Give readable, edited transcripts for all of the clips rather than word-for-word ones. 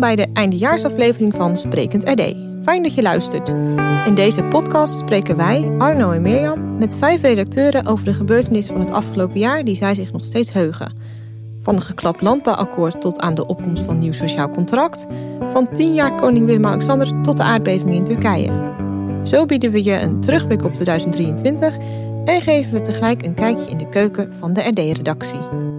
bij de eindejaarsaflevering van Sprekend RD. Fijn dat je luistert. In deze podcast spreken wij, Arno en Mirjam, met 5 redacteuren over de gebeurtenissen van het afgelopen jaar die zij zich nog steeds heugen. Van een geklapt landbouwakkoord tot aan de opkomst van nieuw sociaal contract, van 10 jaar koning Willem-Alexander tot de aardbeving in Turkije. Zo bieden we je een terugblik op 2023 en geven we tegelijk een kijkje in de keuken van de RD-redactie.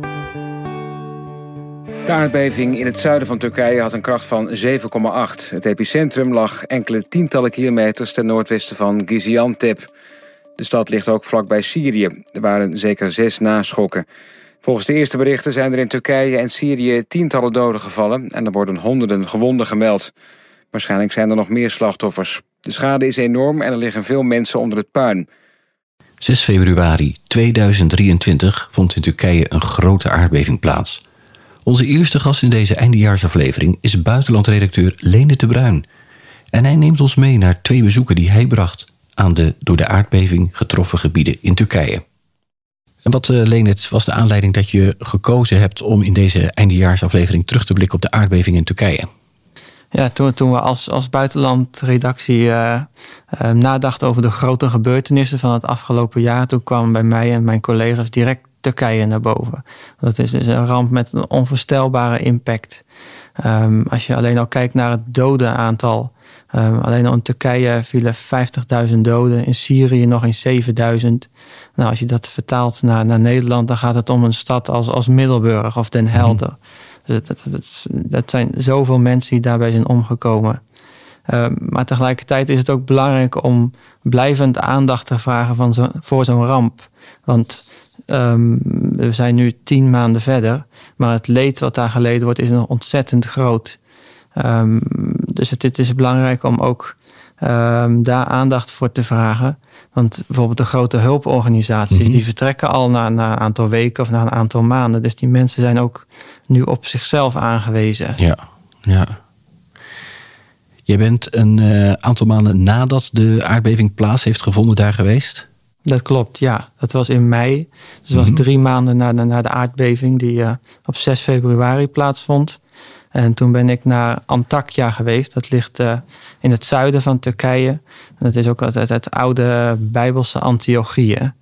De aardbeving in het zuiden van Turkije had een kracht van 7,8. Het epicentrum lag enkele tientallen kilometers ten noordwesten van Gaziantep. De stad ligt ook vlakbij Syrië. Er waren zeker 6 naschokken. Volgens de eerste berichten zijn er in Turkije en Syrië tientallen doden gevallen en er worden honderden gewonden gemeld. Waarschijnlijk zijn er nog meer slachtoffers. De schade is enorm en er liggen veel mensen onder het puin. 6 februari 2023 vond in Turkije een grote aardbeving plaats. Onze eerste gast in deze eindejaarsaflevering is buitenlandredacteur Leendert de Bruin. En hij neemt ons mee naar 2 bezoeken die hij bracht aan de door de aardbeving getroffen gebieden in Turkije. En wat, Leendert, was de aanleiding dat je gekozen hebt om in deze eindejaarsaflevering terug te blikken op de aardbeving in Turkije? Ja, toen we als buitenlandredactie nadachten over de grote gebeurtenissen van het afgelopen jaar, toen kwam bij mij en mijn collega's direct Turkije naar boven. Dat is dus een ramp met een onvoorstelbare impact. Als je alleen al kijkt naar het dodenaantal. Alleen al in Turkije vielen 50.000 doden. In Syrië nog eens 7.000. Nou, als je dat vertaalt naar Nederland, dan gaat het om een stad als Middelburg of Den Helder. Dat zijn zoveel mensen die daarbij zijn omgekomen. Maar tegelijkertijd is het ook belangrijk om blijvend aandacht te vragen voor zo'n ramp. Want we zijn nu 10 maanden verder, maar het leed wat daar geleden wordt is nog ontzettend groot. Dus het is belangrijk om ook daar aandacht voor te vragen. Want bijvoorbeeld de grote hulporganisaties, die vertrekken al na een aantal weken of na een aantal maanden. Dus die mensen zijn ook nu op zichzelf aangewezen. Ja. Jij bent een aantal maanden nadat de aardbeving plaats heeft gevonden daar geweest? Dat klopt, ja. Dat was in mei. Dus dat was 3 maanden na de aardbeving die op 6 februari plaatsvond. En toen ben ik naar Antakya geweest. Dat ligt in het zuiden van Turkije. En dat is ook het oude Bijbelse Antiochië.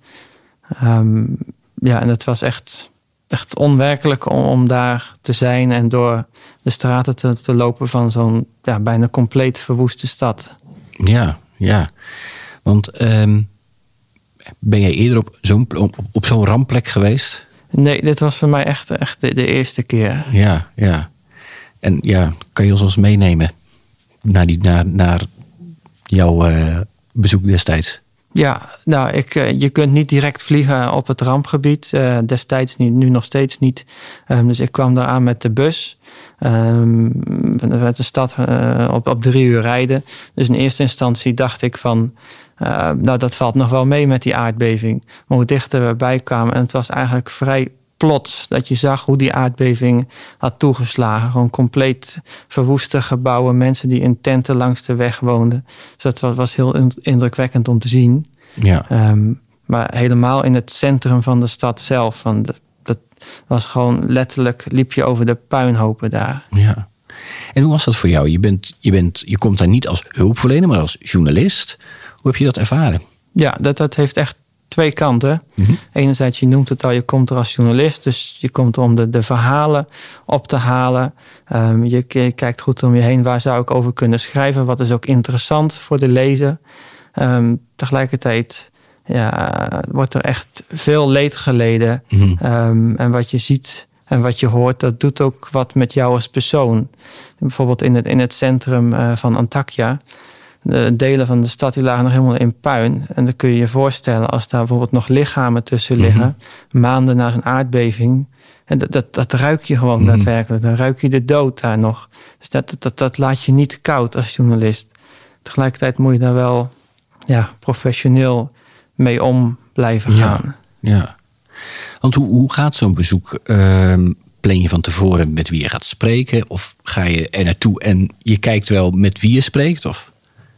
En het was echt onwerkelijk om daar te zijn en door de straten te lopen van zo'n bijna compleet verwoeste stad. Ja. Want ben jij eerder op zo'n rampplek geweest? Nee, dit was voor mij echt de eerste keer. Ja. En kan je ons eens meenemen naar jouw bezoek destijds? Ja, nou, je kunt niet direct vliegen op het rampgebied. Destijds niet, nu nog steeds niet. Dus ik kwam daar aan met de bus. Met de stad op 3 uur rijden. Dus in eerste instantie dacht ik van, dat valt nog wel mee met die aardbeving. Maar hoe dichter we bij kwamen, en het was eigenlijk vrij plots dat je zag hoe die aardbeving had toegeslagen. Gewoon compleet verwoeste gebouwen, mensen die in tenten langs de weg woonden. Dus dat was heel indrukwekkend om te zien. Ja. Maar helemaal in het centrum van de stad zelf. Dat was gewoon letterlijk, liep je over de puinhopen daar. Ja. En hoe was dat voor jou? Je komt daar niet als hulpverlener, maar als journalist. Hoe heb je dat ervaren? Ja, dat heeft echt 2 kanten. Enerzijds, je noemt het al, je komt er als journalist. Dus je komt er om de verhalen op te halen. Je kijkt goed om je heen. Waar zou ik over kunnen schrijven? Wat is ook interessant voor de lezer? Tegelijkertijd wordt er echt veel leed geleden. En wat je ziet en wat je hoort, dat doet ook wat met jou als persoon. Bijvoorbeeld in het centrum van Antakya. De delen van de stad die lagen nog helemaal in puin. En dan kun je je voorstellen als daar bijvoorbeeld nog lichamen tussen liggen. Maanden na zo'n aardbeving. En dat ruik je gewoon daadwerkelijk. Dan ruik je de dood daar nog. Dus dat laat je niet koud als journalist. Tegelijkertijd moet je daar wel professioneel mee om blijven gaan. Ja. Want hoe gaat zo'n bezoek? Plan je van tevoren met wie je gaat spreken? Of ga je er naartoe en je kijkt wel met wie je spreekt? Of?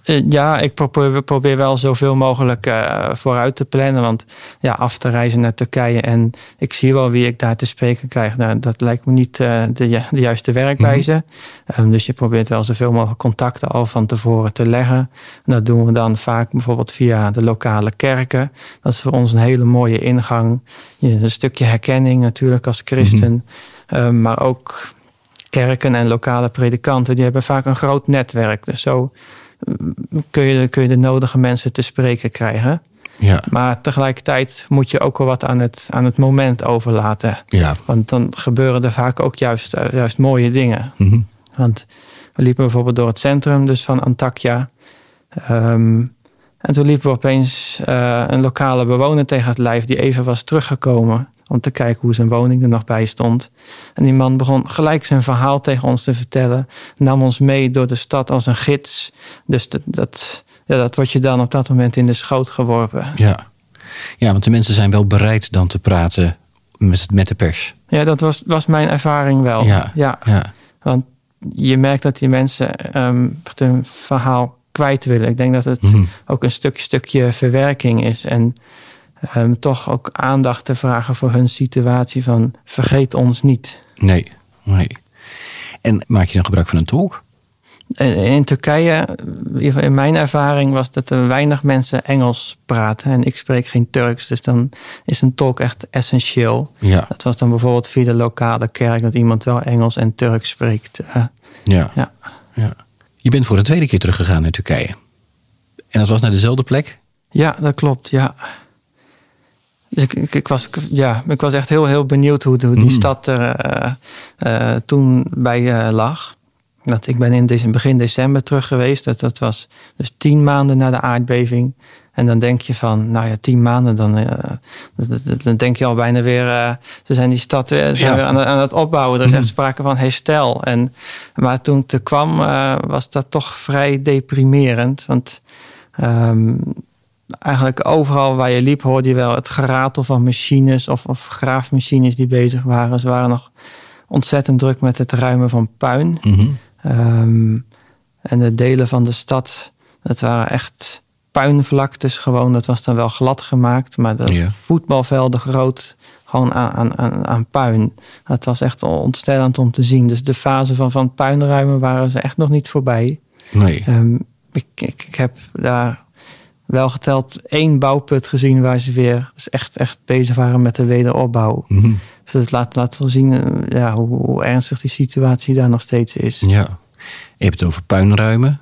Ja, ik probeer wel zoveel mogelijk vooruit te plannen. Want af te reizen naar Turkije en ik zie wel wie ik daar te spreken krijg. Nou, dat lijkt me niet de juiste werkwijze. Dus je probeert wel zoveel mogelijk contacten al van tevoren te leggen. En dat doen we dan vaak bijvoorbeeld via de lokale kerken. Dat is voor ons een hele mooie ingang. Een stukje herkenning natuurlijk als christen. Maar ook kerken en lokale predikanten, die hebben vaak een groot netwerk. Dus zo kun je de nodige mensen te spreken krijgen. Ja. Maar tegelijkertijd moet je ook wel wat aan het moment overlaten. Ja. Want dan gebeuren er vaak ook juist mooie dingen. Want we liepen bijvoorbeeld door het centrum dus van Antakya. En toen liepen we opeens een lokale bewoner tegen het lijf die even was teruggekomen om te kijken hoe zijn woning er nog bij stond. En die man begon gelijk zijn verhaal tegen ons te vertellen. Nam ons mee door de stad als een gids. Dus dat wordt je dan op dat moment in de schoot geworpen. Ja, want de mensen zijn wel bereid dan te praten met de pers. Ja, dat was mijn ervaring wel. Ja. Want je merkt dat die mensen hun verhaal kwijt willen. Ik denk dat het ook een stukje verwerking is. En toch ook aandacht te vragen voor hun situatie van vergeet ons niet. Nee. En maak je dan gebruik van een tolk? In Turkije, in mijn ervaring, was dat er weinig mensen Engels praten. En ik spreek geen Turks, dus dan is een tolk echt essentieel. Ja. Dat was dan bijvoorbeeld via de lokale kerk, dat iemand wel Engels en Turks spreekt. Ja. Je bent voor de tweede keer teruggegaan naar Turkije. En dat was naar dezelfde plek? Ja, dat klopt, ja. Dus ik was echt heel benieuwd hoe die stad er toen bij lag. Ik ben in begin december terug geweest. Dat was dus 10 maanden na de aardbeving. En dan denk je van, 10 maanden, dan denk je al bijna weer, ze zijn die stad weer aan het opbouwen. Er is echt sprake van herstel. Maar toen ik er kwam, was dat toch vrij deprimerend. Want eigenlijk overal waar je liep, hoorde je wel het geratel van machines of graafmachines die bezig waren. Ze waren nog ontzettend druk met het ruimen van puin. En de delen van de stad, dat waren echt puinvlaktes gewoon. Dat was dan wel glad gemaakt, maar de voetbalvelden groot, gewoon aan puin. Het was echt ontstellend om te zien. Dus de fase van puinruimen waren ze echt nog niet voorbij. Nee. Ik heb daar wel geteld 1 bouwput gezien waar ze weer dus echt bezig waren met de wederopbouw. Dus het laat wel zien hoe ernstig die situatie daar nog steeds is. Ja, je hebt het over puinruimen.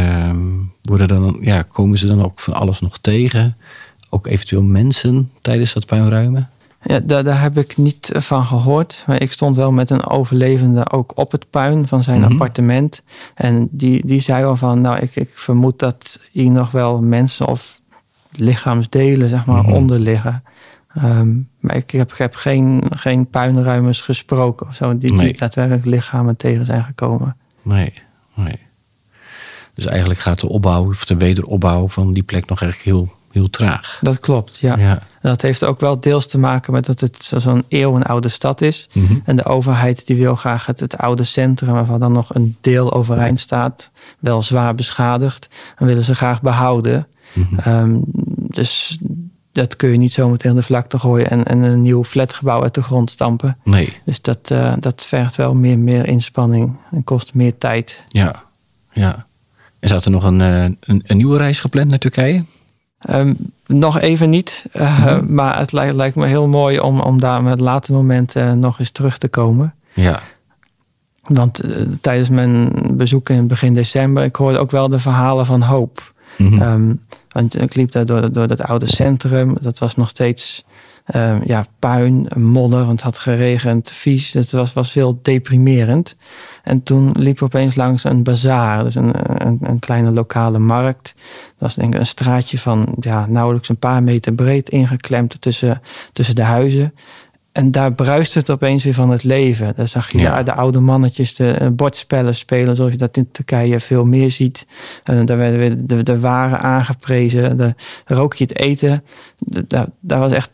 Komen ze dan ook van alles nog tegen? Ook eventueel mensen tijdens dat puinruimen? Ja, daar heb ik niet van gehoord. Maar ik stond wel met een overlevende ook op het puin van zijn appartement. En die zei al van, ik vermoed dat hier nog wel mensen of lichaamsdelen onder liggen. Maar ik heb geen puinruimers gesproken of zo. Die daadwerkelijk lichamen tegen zijn gekomen. Nee. Dus eigenlijk gaat de opbouw of de wederopbouw van die plek nog eigenlijk heel traag. Dat klopt, ja. Dat heeft ook wel deels te maken met dat het zo'n eeuwenoude stad is. En de overheid die wil graag het oude centrum, waarvan dan nog een deel overeind staat, wel zwaar beschadigd. En willen ze graag behouden. Dus dat kun je niet zomaar tegen de vlakte gooien en een nieuw flatgebouw uit de grond stampen. Nee. Dus dat vergt wel meer inspanning en kost meer tijd. Ja. En zat er nog een nieuwe reis gepland naar Turkije? Nog even niet. Maar het lijkt me heel mooi om daar met later momenten nog eens terug te komen. Ja. Want tijdens mijn bezoek in begin december, ik hoorde ook wel de verhalen van hoop. Want ik liep daar door dat oude centrum. Dat was nog steeds puin, modder, want het had geregend, vies. Het was heel deprimerend. En toen liep we opeens langs een bazaar, dus een kleine lokale markt. Dat was denk ik een straatje van nauwelijks een paar meter breed ingeklemd tussen de huizen. En daar bruiste het opeens weer van het leven. Daar zag je de oude mannetjes de bordspellen spelen, zoals je dat in Turkije veel meer ziet. Daar werden de waren aangeprezen. Rook je het eten. Daar was echt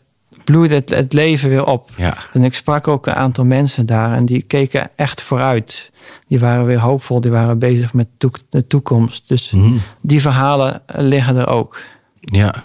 bloeide het leven weer op. Ja. En ik sprak ook een aantal mensen daar en die keken echt vooruit. Die waren weer hoopvol, die waren bezig met de toekomst. Dus die verhalen liggen er ook. Ja.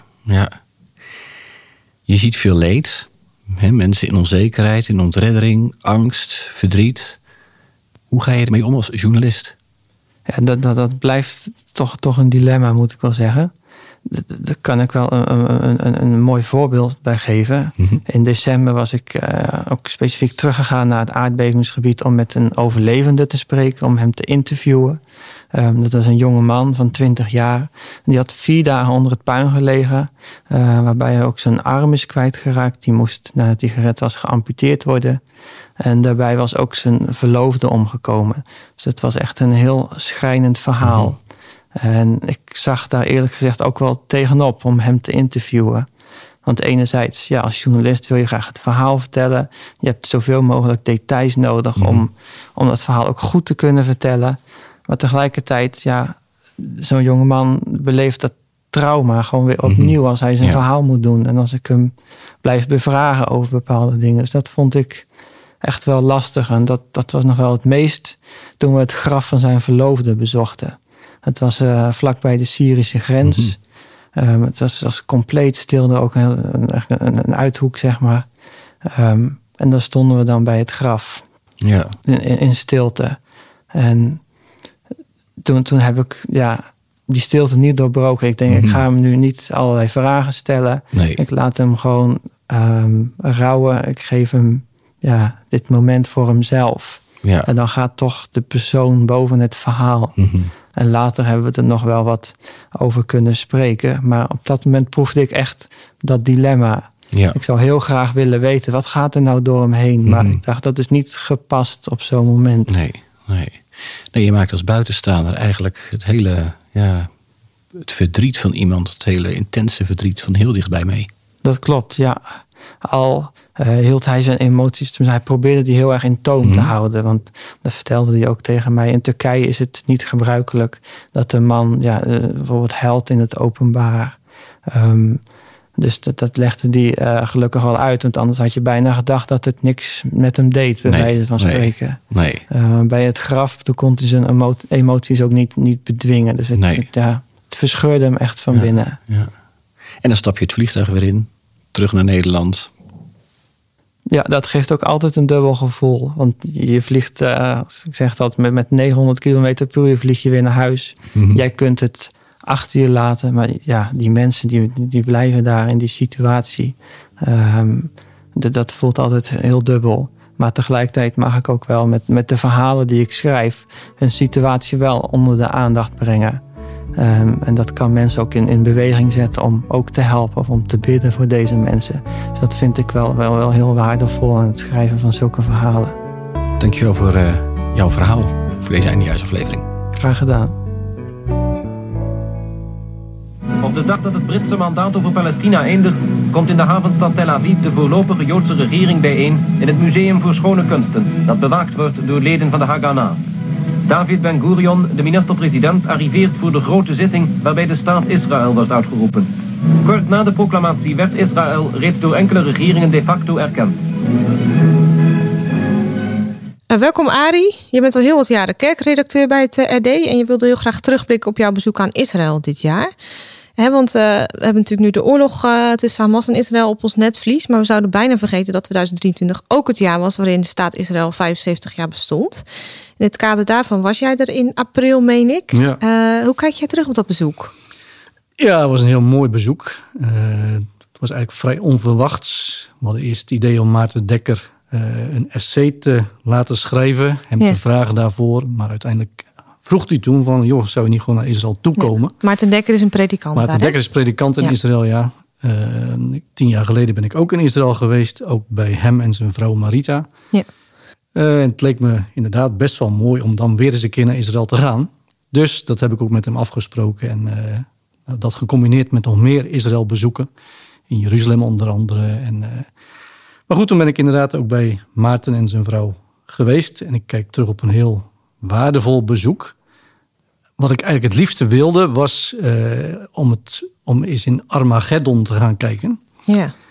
Je ziet veel leed. Mensen in onzekerheid, in ontreddering, angst, verdriet. Hoe ga je ermee om als journalist? Ja, dat blijft toch een dilemma, moet ik wel zeggen. Daar kan ik wel een mooi voorbeeld bij geven. In december was ik ook specifiek teruggegaan naar het aardbevingsgebied om met een overlevende te spreken, om hem te interviewen. Dat was een jonge man van 20 jaar. Die had 4 dagen onder het puin gelegen, waarbij hij ook zijn arm is kwijtgeraakt. Die moest, nadat hij gered was, geamputeerd worden. En daarbij was ook zijn verloofde omgekomen. Dus het was echt een heel schrijnend verhaal. En ik zag daar eerlijk gezegd ook wel tegenop om hem te interviewen. Want enerzijds, als journalist wil je graag het verhaal vertellen. Je hebt zoveel mogelijk details nodig om dat verhaal ook goed te kunnen vertellen. Maar tegelijkertijd, zo'n jongeman beleeft dat trauma gewoon weer opnieuw als hij zijn verhaal moet doen. En als ik hem blijf bevragen over bepaalde dingen. Dus dat vond ik echt wel lastig. En dat was nog wel het meest toen we het graf van zijn verloofde bezochten. Het was vlakbij de Syrische grens. Het was compleet stil, er ook een uithoek, zeg maar. En daar stonden we dan bij het graf. Ja. In stilte. En toen heb ik die stilte niet doorbroken. Ik denk, ik ga hem nu niet allerlei vragen stellen. Nee. Ik laat hem gewoon rouwen. Ik geef hem dit moment voor hemzelf. Ja. En dan gaat toch de persoon boven het verhaal. En later hebben we er nog wel wat over kunnen spreken. Maar op dat moment proefde ik echt dat dilemma. Ja. Ik zou heel graag willen weten, wat gaat er nou door hem heen? Maar ik dacht, dat is niet gepast op zo'n moment. Nee, je maakt als buitenstaander eigenlijk het hele het verdriet van iemand, het hele intense verdriet van heel dichtbij mee. Dat klopt, ja. Al hield hij zijn emoties, hij probeerde die heel erg in toom te houden. Want dat vertelde hij ook tegen mij. In Turkije is het niet gebruikelijk dat een man bijvoorbeeld huilt in het openbaar. Dus dat legde hij gelukkig wel uit. Want anders had je bijna gedacht dat het niks met hem deed, bij wijze van spreken. Nee. Bij het graf, toen kon hij zijn emoties ook niet bedwingen. Dus het verscheurde hem echt van binnen. Ja. En dan stap je het vliegtuig weer in, terug naar Nederland. Ja, dat geeft ook altijd een dubbel gevoel. Want je vliegt, ik zeg dat, met 900 kilometer per uur vlieg je weer naar huis. Jij kunt het achter je laten. Maar die mensen die blijven daar in die situatie. Dat voelt altijd heel dubbel. Maar tegelijkertijd mag ik ook wel met de verhalen die ik schrijf een situatie wel onder de aandacht brengen. En dat kan mensen ook in beweging zetten om ook te helpen of om te bidden voor deze mensen. Dus dat vind ik wel heel waardevol aan het schrijven van zulke verhalen. Dankjewel voor jouw verhaal, voor deze eindejaarsaflevering. Graag gedaan. Op de dag dat het Britse mandaat over Palestina eindigt, komt in de havenstad Tel Aviv de voorlopige Joodse regering bijeen in het Museum voor Schone Kunsten, dat bewaakt wordt door leden van de Haganah. David Ben-Gurion, de minister-president, arriveert voor de grote zitting waarbij de staat Israël wordt uitgeroepen. Kort na de proclamatie werd Israël reeds door enkele regeringen de facto erkend. Welkom Arie, je bent al heel wat jaren kerkredacteur bij het RD en je wilde heel graag terugblikken op jouw bezoek aan Israël dit jaar. Want we hebben natuurlijk nu de oorlog tussen Hamas en Israël op ons netvlies, maar we zouden bijna vergeten dat 2023 ook het jaar was waarin de staat Israël 75 jaar bestond. In het kader daarvan was jij er in april, meen ik. Ja. Hoe kijk jij terug op dat bezoek? Ja, het was een heel mooi bezoek. Het was eigenlijk vrij onverwachts. We hadden eerst het idee om Maarten Dekker een essay te laten schrijven. Hem te vragen daarvoor. Maar uiteindelijk vroeg hij toen van, joh, zou je niet gewoon naar Israël toekomen? Ja. Maarten Dekker is een predikant. Maarten Dekker is predikant in Israël, ja. 10 jaar geleden ben ik ook in Israël geweest. Ook bij hem en zijn vrouw Marita. Ja. En het leek me inderdaad best wel mooi om dan weer eens een keer naar Israël te gaan. Dus dat heb ik ook met hem afgesproken. En dat gecombineerd met nog meer Israël bezoeken. In Jeruzalem onder andere. Maar goed, toen ben ik inderdaad ook bij Maarten en zijn vrouw geweest. En ik kijk terug op een heel waardevol bezoek. Wat ik eigenlijk het liefste wilde was om eens in Armageddon te gaan kijken. Ja.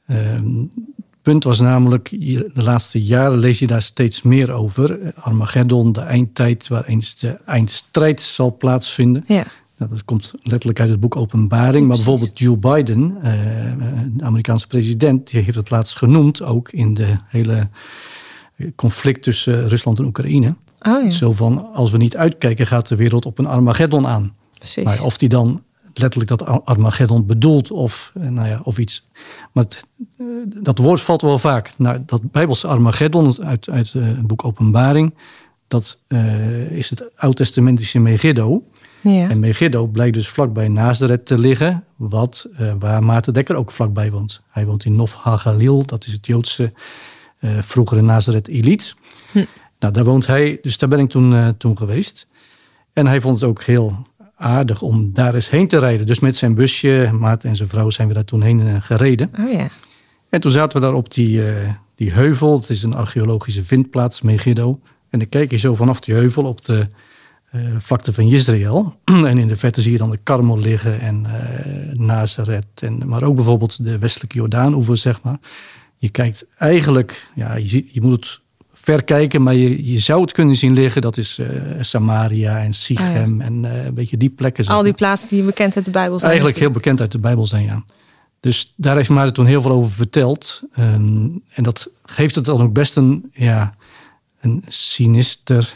Punt was namelijk, de laatste jaren lees je daar steeds meer over. Armageddon, de eindtijd, waar eens de eindstrijd zal plaatsvinden. Ja. Dat komt letterlijk uit het boek Openbaring. Maar bijvoorbeeld Joe Biden, de Amerikaanse president, die heeft het laatst genoemd, ook in de hele conflict tussen Rusland en Oekraïne. Oh, ja. Zo van, als we niet uitkijken, gaat de wereld op een Armageddon aan. Precies. Maar of die dan letterlijk dat Armageddon bedoelt of iets. Maar dat woord valt wel vaak. Nou, dat Bijbelse Armageddon uit het boek Openbaring, dat is het Oud-testamentische Megiddo. Ja. En Megiddo blijkt dus vlakbij Nazareth te liggen, waar Maarten Dekker ook vlakbij woont. Hij woont in Nof HaGalil, dat is het Joodse vroegere Nazareth-Eliet. Nou, daar woont hij, dus daar ben ik toen geweest. En hij vond het ook heel aardig om daar eens heen te rijden. Dus met zijn busje, Maarten en zijn vrouw, zijn we daar toen heen gereden. Oh ja. En toen zaten we daar op die heuvel. Het is een archeologische vindplaats, Megiddo. En dan kijk je zo vanaf die heuvel op de vlakte van Israël. En in de verte zie je dan de Karmel liggen en Nazareth. Maar ook bijvoorbeeld de westelijke Jordaan-oever, zeg maar. Je kijkt eigenlijk, ja, je moet het ver kijken, maar je zou het kunnen zien liggen. Dat is Samaria en Sichem en een beetje die plekken. Al die plaatsen die bekend uit de Bijbel zijn. Eigenlijk heel bekend uit de Bijbel zijn, ja. Dus daar heeft Maarten toen heel veel over verteld. En dat geeft het dan ook best een sinister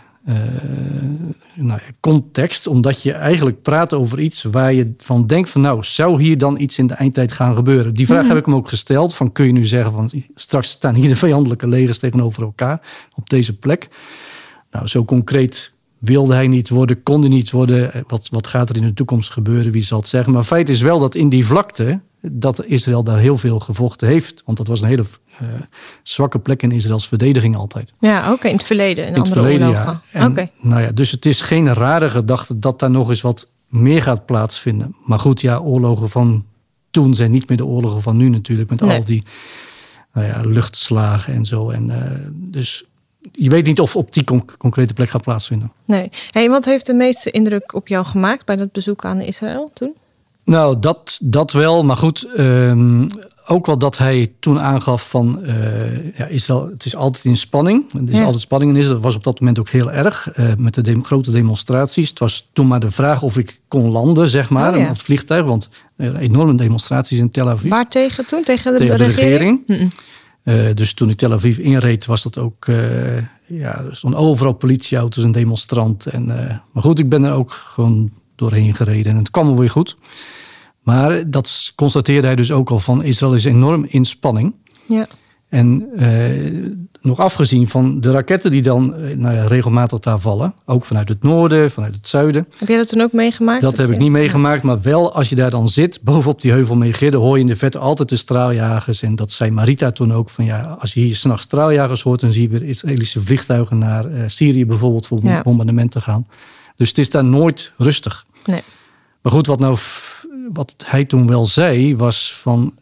context. Omdat je eigenlijk praat over iets waar je van denkt van, nou, zou hier dan iets in de eindtijd gaan gebeuren? Die vraag heb ik hem ook gesteld. Van, kun je nu zeggen van, straks staan hier de vijandelijke legers tegenover elkaar op deze plek? Nou, zo concreet wilde hij niet worden, kon hij niet worden. Wat gaat er in de toekomst gebeuren? Wie zal het zeggen? Maar feit is wel dat in die vlakte, dat Israël daar heel veel gevochten heeft. Want dat was een hele zwakke plek in Israëls verdediging altijd. Ja, oké, in het verleden, in andere oorlogen. Ja. En, nou ja, dus het is geen rare gedachte dat daar nog eens wat meer gaat plaatsvinden. Maar goed, ja, oorlogen van toen zijn niet meer de oorlogen van nu natuurlijk. Met al die luchtslagen en zo. En dus je weet niet of op die concrete plek gaat plaatsvinden. Nee. Hey, wat heeft de meeste indruk op jou gemaakt bij dat bezoek aan Israël toen? Nou, dat wel. Maar goed, ook wel dat hij toen aangaf van Israël, het is altijd in spanning. Er is altijd spanning in Israël. Dat was op dat moment ook heel erg. Met de grote demonstraties. Het was toen maar de vraag of ik kon landen, zeg maar, op het vliegtuig. Want enorme demonstraties in Tel Aviv. Waar tegen toen? Tegen de regering? Dus toen ik Tel Aviv inreed, was dat ook, er stonden overal politieauto's en demonstranten. Maar goed, ik ben er ook gewoon doorheen gereden en het kwam wel weer goed. Maar dat constateerde hij dus ook al van, Israël is enorm in spanning. Ja. En nog afgezien van de raketten die dan regelmatig daar vallen. Ook vanuit het noorden, vanuit het zuiden. Heb jij dat toen ook meegemaakt? Dat heb ik niet meegemaakt, maar wel als je daar dan zit, bovenop die heuvel Megiddo, hoor je in de verte altijd de straaljagers. En dat zei Marita toen ook van, ja, als je hier 's nachts straaljagers hoort, dan zie je weer Israëlische vliegtuigen naar Syrië bijvoorbeeld voor bombardementen gaan. Dus het is daar nooit rustig. Nee. Maar goed, wat hij toen wel zei, was van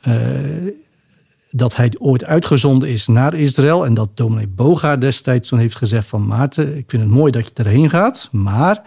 dat hij ooit uitgezonden is naar Israël. En dat dominee Boga destijds toen heeft gezegd van, Maarten, ik vind het mooi dat je erheen gaat. Maar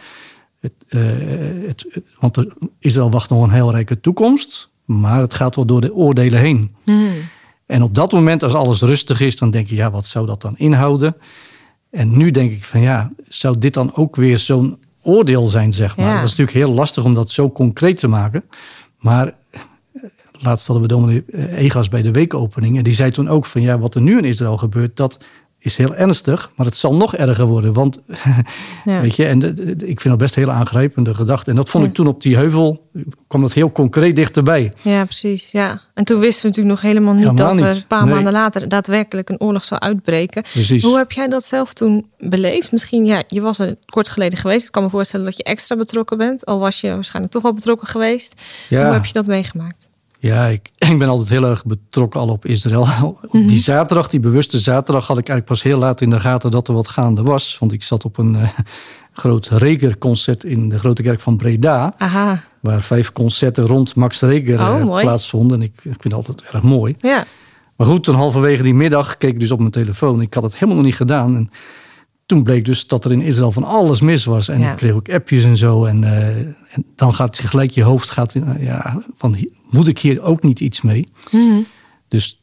want Israël wacht nog een heel rijke toekomst. Maar het gaat wel door de oordelen heen. En op dat moment, als alles rustig is, dan denk je, ja, wat zou dat dan inhouden? En nu denk ik van, ja, zou dit dan ook weer zo'n oordeel zijn, zeg maar. Ja. Dat is natuurlijk heel lastig om dat zo concreet te maken. Maar laatst hadden we dominee Egas bij de weekopening. En die zei toen ook van, ja, wat er nu in Israël gebeurt, dat is heel ernstig. Maar het zal nog erger worden. Want, weet je, en ik vind dat best een hele aangrijpende gedachte. En dat vond ik toen op die heuvel, kwam dat heel concreet dichterbij. Ja, precies, ja. En toen wisten we natuurlijk nog helemaal niet dat er een paar maanden later daadwerkelijk een oorlog zou uitbreken. Precies. Hoe heb jij dat zelf toen beleefd? Misschien, ja, je was er kort geleden geweest. Ik kan me voorstellen dat je extra betrokken bent. Al was je waarschijnlijk toch wel betrokken geweest. Ja. Hoe heb je dat meegemaakt? Ja, ik ben altijd heel erg betrokken al op Israël. Die zaterdag, die bewuste zaterdag, had ik eigenlijk pas heel laat in de gaten dat er wat gaande was. Want ik zat op een groot Reger-concert in de Grote Kerk van Breda. Aha. Waar 5 concerten rond Max Reger plaatsvonden. En ik vind het altijd erg mooi. Ja. Maar goed, toen halverwege die middag keek ik dus op mijn telefoon. Ik had het helemaal nog niet gedaan. En toen bleek dus dat er in Israël van alles mis was. En ik kreeg ook appjes en zo. En dan gaat gelijk je hoofd van, moet ik hier ook niet iets mee? Dus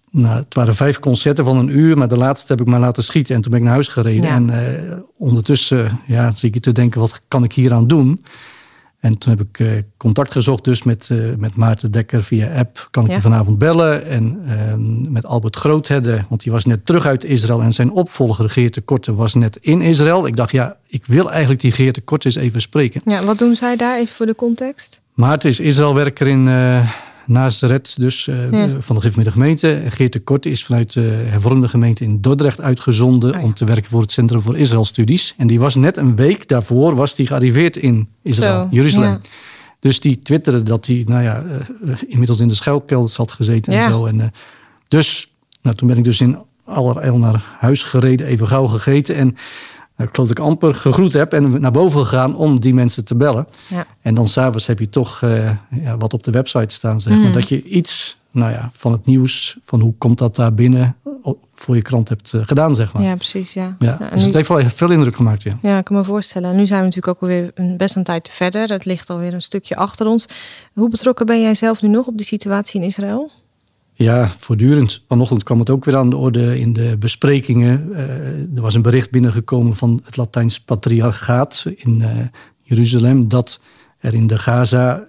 het waren 5 concerten van 1 uur, maar de laatste heb ik maar laten schieten. En toen ben ik naar huis gereden. Ja. En ondertussen zie ik te denken, wat kan ik hier aan doen? En toen heb ik contact gezocht dus met Maarten Dekker via app. Kan ik je vanavond bellen? En met Albert Groothedde, want die was net terug uit Israël. En zijn opvolger Geert de Korte was net in Israël. Ik dacht, ik wil eigenlijk die Geert de Korte eens even spreken. Ja, wat doen zij daar, even voor de context? Maarten is Israëlwerker in Nazareth, dus van de gereformeerde gemeente. Geert de Korte is vanuit de hervormde gemeente in Dordrecht uitgezonden om te werken voor het Centrum voor Israëlstudies. En die was net een week daarvoor gearriveerd in Israël, Jeruzalem. Ja. Dus die twitterde dat hij inmiddels in de schuilkelders had gezeten en zo. En toen ben ik dus in allerijl naar huis gereden, even gauw gegeten en ik geloof dat ik amper gegroet heb en naar boven gegaan om die mensen te bellen. Ja. En dan 's avonds heb je toch wat op de website staan, zeg maar. Dat je iets van het nieuws, van hoe komt dat daar binnen, voor je krant hebt gedaan, zeg maar. Ja, precies, ja. Dus het heeft wel veel indruk gemaakt, ja. Ja, ik kan me voorstellen. Nu zijn we natuurlijk ook alweer best een tijd verder. Het ligt alweer een stukje achter ons. Hoe betrokken ben jij zelf nu nog op die situatie in Israël? Ja, voortdurend. Vanochtend kwam het ook weer aan de orde in de besprekingen. Er was een bericht binnengekomen van het Latijns Patriarchaat in Jeruzalem dat er in de Gaza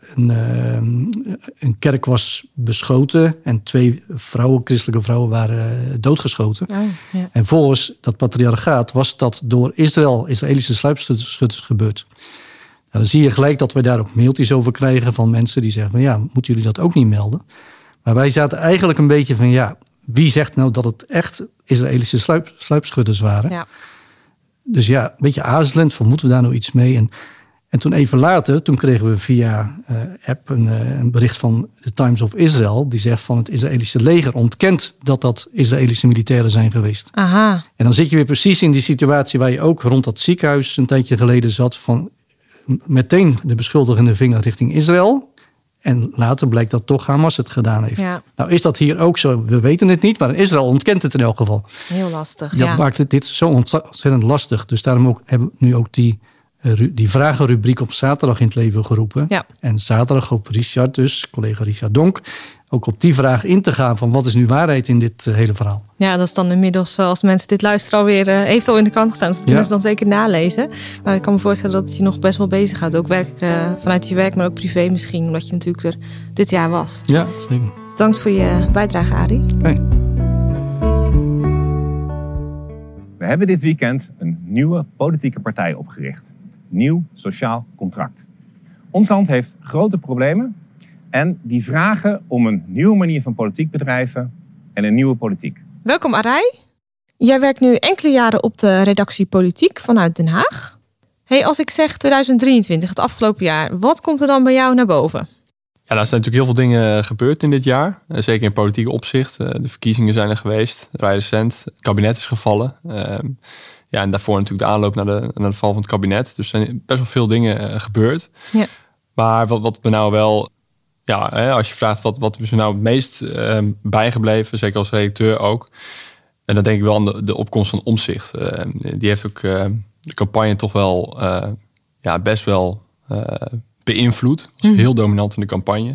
een kerk was beschoten en 2 christelijke vrouwen waren doodgeschoten. Oh, ja. En volgens dat patriarchaat was dat door Israëlische sluipschutters gebeurd. Dan zie je gelijk dat we daar ook mailtjes over krijgen van mensen die zeggen van moeten jullie dat ook niet melden? Maar wij zaten eigenlijk een beetje van wie zegt nou dat het echt Israëlische sluipschutters waren? Ja. Dus een beetje aarzelend van moeten we daar nou iets mee? En toen even later, toen kregen we via app een bericht van The Times of Israel. Die zegt van het Israëlische leger ontkent dat Israëlische militairen zijn geweest. Aha. En dan zit je weer precies in die situatie waar je ook rond dat ziekenhuis een tijdje geleden zat. Van meteen de beschuldigende vinger richting Israël. En later blijkt dat toch Hamas het gedaan heeft. Ja. Nou is dat hier ook zo, we weten het niet, maar Israël ontkent het in elk geval. Heel lastig, Dat maakt dit zo ontzettend lastig. Dus daarom hebben we nu ook die vragenrubriek op zaterdag in het leven geroepen. Ja. En zaterdag hoop Richard dus, collega Richard Donk, ook op die vraag in te gaan van wat is nu waarheid in dit hele verhaal. Ja, dat is dan inmiddels, als mensen dit luisteren, alweer heeft al in de krant gestaan. Dus dat kunnen ze dan zeker nalezen. Maar ik kan me voorstellen dat het je nog best wel bezighoudt. Ook vanuit je werk, maar ook privé misschien. Omdat je natuurlijk er dit jaar was. Ja, zeker. Bedankt voor je bijdrage, Arie. Okay. We hebben dit weekend een nieuwe politieke partij opgericht. Nieuw Sociaal Contract. Ons land heeft grote problemen en die vragen om een nieuwe manier van politiek bedrijven en een nieuwe politiek. Welkom Arai. Jij werkt nu enkele jaren op de redactie Politiek vanuit Den Haag. Als ik zeg 2023, het afgelopen jaar, wat komt er dan bij jou naar boven? Ja, er zijn natuurlijk heel veel dingen gebeurd in dit jaar. Zeker in politiek opzicht. De verkiezingen zijn er geweest, vrij recent. Het kabinet is gevallen. En daarvoor natuurlijk de aanloop naar de val van het kabinet. Dus er zijn best wel veel dingen gebeurd. Ja. Maar wat we nou wel... als je vraagt wat is er nou het meest bijgebleven, zeker als redacteur ook. En dan denk ik wel aan de opkomst van Omtzigt. Die heeft ook de campagne toch wel best wel beïnvloed. Was heel dominant in de campagne.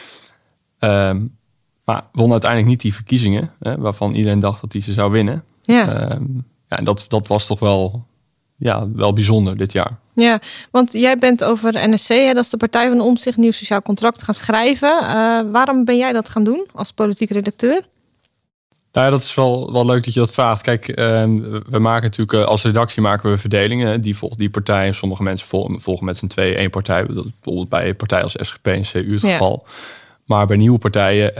Maar won uiteindelijk niet die verkiezingen, waarvan iedereen dacht dat hij ze zou winnen. Ja. En dat was toch wel bijzonder dit jaar. Ja, want jij bent over NSC, dat is de partij van Omtzigt, nieuw sociaal contract gaan schrijven. Waarom ben jij dat gaan doen als politiek redacteur? Nou ja, dat is wel leuk dat je dat vraagt. Kijk, we maken natuurlijk als redactie maken we verdelingen. Die volgt die partij. Sommige mensen volgen met z'n tweeën één partij. Dat is bijvoorbeeld bij partijen als SGP en CU het geval. Maar bij nieuwe partijen...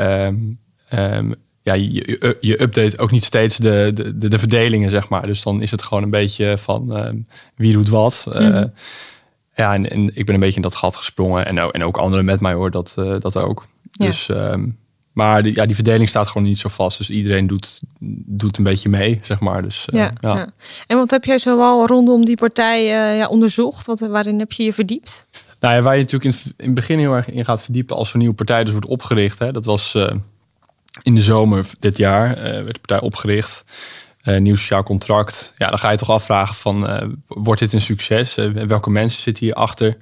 je update ook niet steeds de verdelingen, zeg maar. Dus dan is het gewoon een beetje van wie doet wat. En ik ben een beetje in dat gat gesprongen. En ook anderen met mij hoor, dat ook. Ja. Dus, maar die verdeling staat gewoon niet zo vast. Dus iedereen doet een beetje mee, zeg maar. Dus, ja. En wat heb jij zoal rondom die partij onderzocht? Waarin heb je je verdiept? Nou ja, waar je natuurlijk in het begin heel erg in gaat verdiepen als zo'n nieuwe partij dus wordt opgericht. Dat was... in de zomer dit jaar werd de partij opgericht. Nieuw sociaal contract. Ja, dan ga je toch afvragen van... wordt dit een succes? Welke mensen zitten hierachter?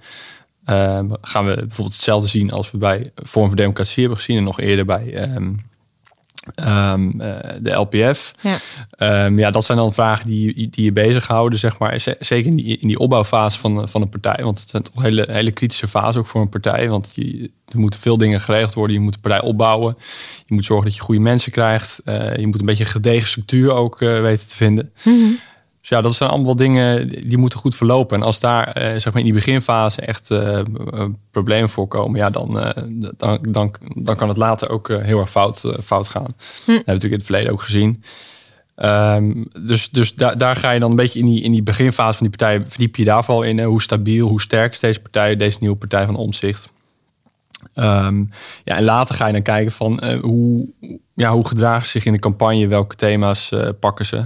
Gaan we bijvoorbeeld hetzelfde zien als we bij Forum voor Democratie hebben gezien... en nog eerder bij de LPF. Ja. Dat zijn dan vragen die je bezighouden, zeg maar. Zeker in die opbouwfase van een partij. Want het zijn toch hele kritische fase ook voor een partij. Want er moeten veel dingen geregeld worden. Je moet de partij opbouwen. Je moet zorgen dat je goede mensen krijgt. Je moet een beetje een gedegen structuur ook weten te vinden. Mm-hmm. Dus ja, dat zijn allemaal dingen die moeten goed verlopen. En als daar zeg maar in die beginfase echt problemen voorkomen, ja, dan kan het later ook heel erg fout gaan. Dat hebben we natuurlijk in het verleden ook gezien. Dus daar ga je dan een beetje in die beginfase van die partij, verdiep je daar vooral in. Hoe stabiel, hoe sterk is deze partij, deze nieuwe partij van Omtzigt. En later ga je dan kijken van hoe gedragen ze zich in de campagne, welke thema's pakken ze.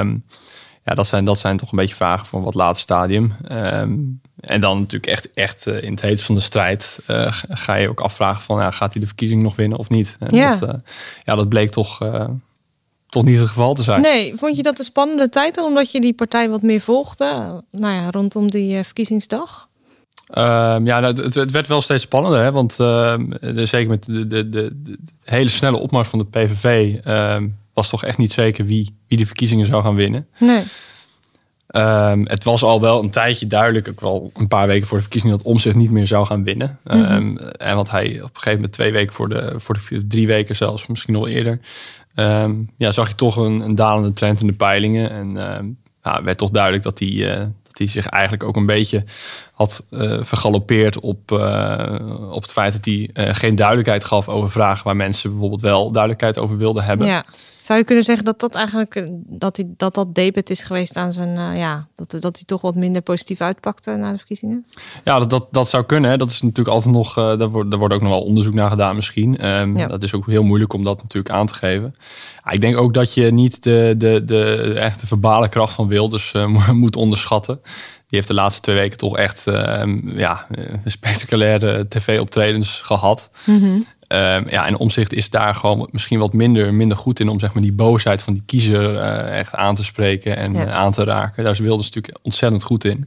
Dat zijn toch een beetje vragen voor een wat later stadium. En dan natuurlijk echt in het heet van de strijd ga je ook afvragen van, gaat hij de verkiezing nog winnen of niet? En dat bleek toch niet het geval te zijn. Nee, vond je dat een spannende tijd dan, omdat je die partij wat meer volgde? Rondom die verkiezingsdag? Het werd wel steeds spannender, hè? Want zeker met de hele snelle opmars van de PVV was toch echt niet zeker wie de verkiezingen zou gaan winnen. Nee. Het was al wel een tijdje duidelijk, ook wel een paar weken voor de verkiezingen, dat Omtzigt niet meer zou gaan winnen. En want hij op een gegeven moment 2 weken voor de 3 weken zelfs, misschien nog eerder, zag je toch een dalende trend in de peilingen. En werd toch duidelijk dat hij zich eigenlijk ook een beetje had vergalopeerd op het feit dat hij geen duidelijkheid gaf over vragen waar mensen bijvoorbeeld wel duidelijkheid over wilden hebben. Ja. Zou je kunnen zeggen dat eigenlijk dat debet is geweest aan zijn dat hij toch wat minder positief uitpakte na de verkiezingen? Ja, dat zou kunnen. Hè. Dat is natuurlijk altijd nog. Daar wordt ook nog wel onderzoek naar gedaan misschien. Dat is ook heel moeilijk om dat natuurlijk aan te geven. Ik denk ook dat je niet de echte verbale kracht van Wilders moet onderschatten. Die heeft de laatste 2 weken toch echt spectaculaire tv-optredens gehad. Mm-hmm. En Omtzigt is daar gewoon misschien wat minder goed in om zeg maar die boosheid van die kiezer echt aan te spreken en aan te raken. Daar is Wilders natuurlijk ontzettend goed in.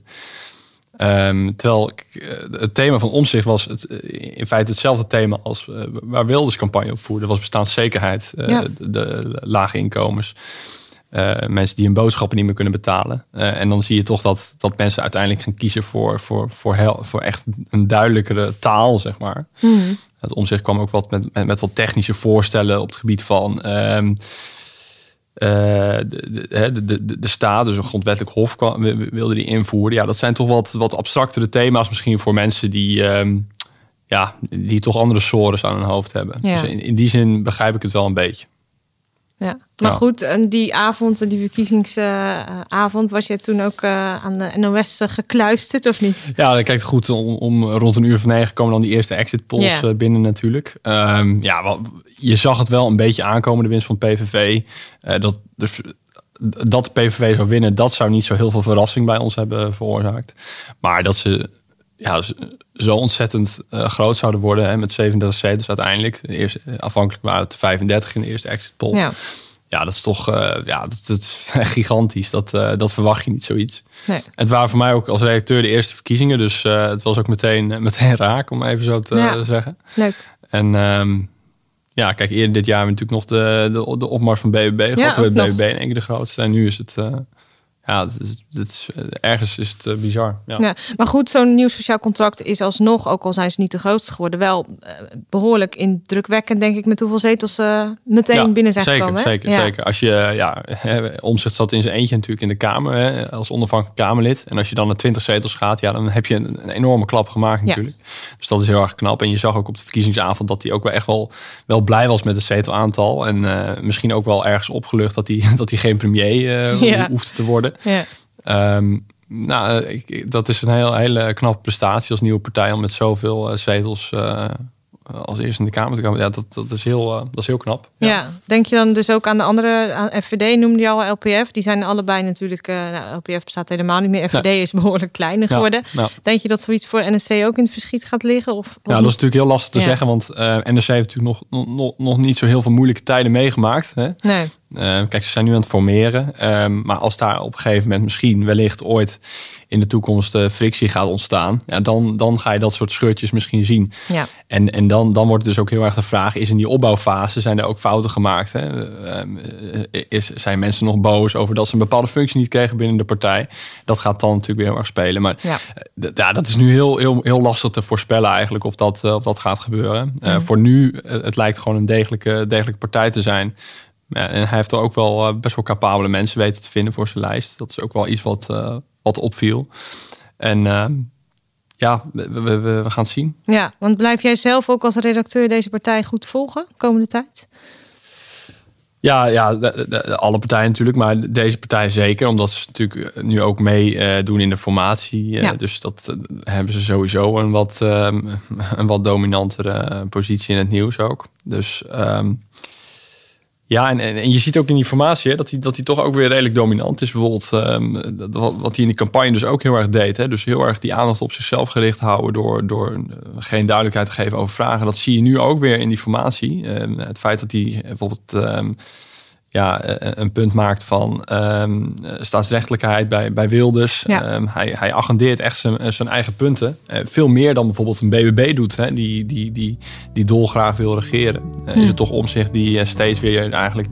Terwijl het thema van Omtzigt was in feite hetzelfde thema als waar Wilders campagne op voerde. Dat was bestaanszekerheid, de lage inkomens. Mensen die hun boodschappen niet meer kunnen betalen. En dan zie je toch dat mensen uiteindelijk gaan kiezen voor echt een duidelijkere taal, zeg maar. Mm. Het Omtzigt kwam ook met wat technische voorstellen op het gebied van de staat, dus een grondwettelijk hof wilde die invoeren. Ja, dat zijn toch wat abstractere thema's misschien voor mensen die toch andere sores aan hun hoofd hebben. Ja. Dus in die zin begrijp ik het wel een beetje. Ja, maar goed, en die avond, die verkiezingsavond, was je toen ook aan de NOS gekluisterd of niet? Ja, kijk, goed, om rond 1:09 komen dan die eerste exit polls binnen natuurlijk. Je zag het wel een beetje aankomen, de winst van PVV. Dat de PVV zou winnen, dat zou niet zo heel veel verrassing bij ons hebben veroorzaakt. Maar dat ze zo ontzettend groot zouden worden, met 37 zetels uiteindelijk. Eerst, afhankelijk waren het 35 in de eerste exit poll. Ja, dat is toch dat is gigantisch. Dat verwacht je niet zoiets. Nee. Het waren voor mij ook als redacteur de eerste verkiezingen. Dus het was ook meteen raak, om even zo te zeggen. Leuk. En kijk, eerder dit jaar hebben we natuurlijk nog de opmars van BBB gehad. Toen werd BBB in één keer de grootste. En nu is het ergens is het bizar. Ja. Maar goed, zo'n nieuw sociaal contract is alsnog, ook al zijn ze niet de grootste geworden, wel behoorlijk indrukwekkend, denk ik, met hoeveel zetels meteen binnen zijn gekomen. Zeker. Als je Omtzigt zat in zijn eentje natuurlijk in de Kamer, als onafhankelijk Kamerlid. En als je dan naar 20 zetels gaat, dan heb je een enorme klap gemaakt natuurlijk. Dus dat is heel erg knap. En je zag ook op de verkiezingsavond dat hij ook wel echt wel blij was met het zetelaantal. En misschien ook wel ergens opgelucht dat hij geen premier hoefde te worden. Ja. Dat is een hele knappe prestatie als nieuwe partij om met zoveel zetels als eerste in de Kamer te komen. Ja, dat is heel knap. Ja, denk je dan dus ook aan de andere, aan FVD noemde je al, LPF. Die zijn allebei natuurlijk, LPF bestaat helemaal niet meer. FVD is behoorlijk kleiner geworden. Ja. Denk je dat zoiets voor NSC ook in het verschiet gaat liggen? Of dat is natuurlijk heel lastig te zeggen, want NSC heeft natuurlijk nog niet zo heel veel moeilijke tijden meegemaakt. Hè? Nee. Kijk, ze zijn nu aan het formeren. Maar als daar op een gegeven moment misschien wellicht ooit in de toekomst frictie gaat ontstaan, ja, dan ga je dat soort scheurtjes misschien zien. Ja. En dan wordt het dus ook heel erg de vraag, is in die opbouwfase, zijn er ook fouten gemaakt? Hè? Zijn mensen nog boos over dat ze een bepaalde functie niet kregen binnen de partij? Dat gaat dan natuurlijk weer heel erg spelen. Maar dat is nu heel lastig te voorspellen eigenlijk of dat gaat gebeuren. Voor nu, het lijkt gewoon een degelijke partij te zijn. Ja, en hij heeft er ook wel best wel capabele mensen weten te vinden voor zijn lijst. Dat is ook wel iets wat opviel. En we gaan het zien. Ja, want blijf jij zelf ook als redacteur deze partij goed volgen de komende tijd? Ja, alle partijen natuurlijk, maar deze partij zeker. Omdat ze natuurlijk nu ook meedoen in de formatie. Dus dat hebben ze sowieso een wat dominantere positie in het nieuws ook. Dus en je ziet ook in die formatie hè, dat hij toch ook weer redelijk dominant is. Bijvoorbeeld wat hij in die campagne dus ook heel erg deed. Hè, dus heel erg die aandacht op zichzelf gericht houden door geen duidelijkheid te geven over vragen. Dat zie je nu ook weer in die formatie. Het feit dat hij bijvoorbeeld een punt maakt van staatsrechtelijkheid bij Wilders. Ja. Hij agendeert echt zijn eigen punten. Veel meer dan bijvoorbeeld een BBB doet. Hè, die dolgraag wil regeren. Is het toch Omtzigt die steeds weer eigenlijk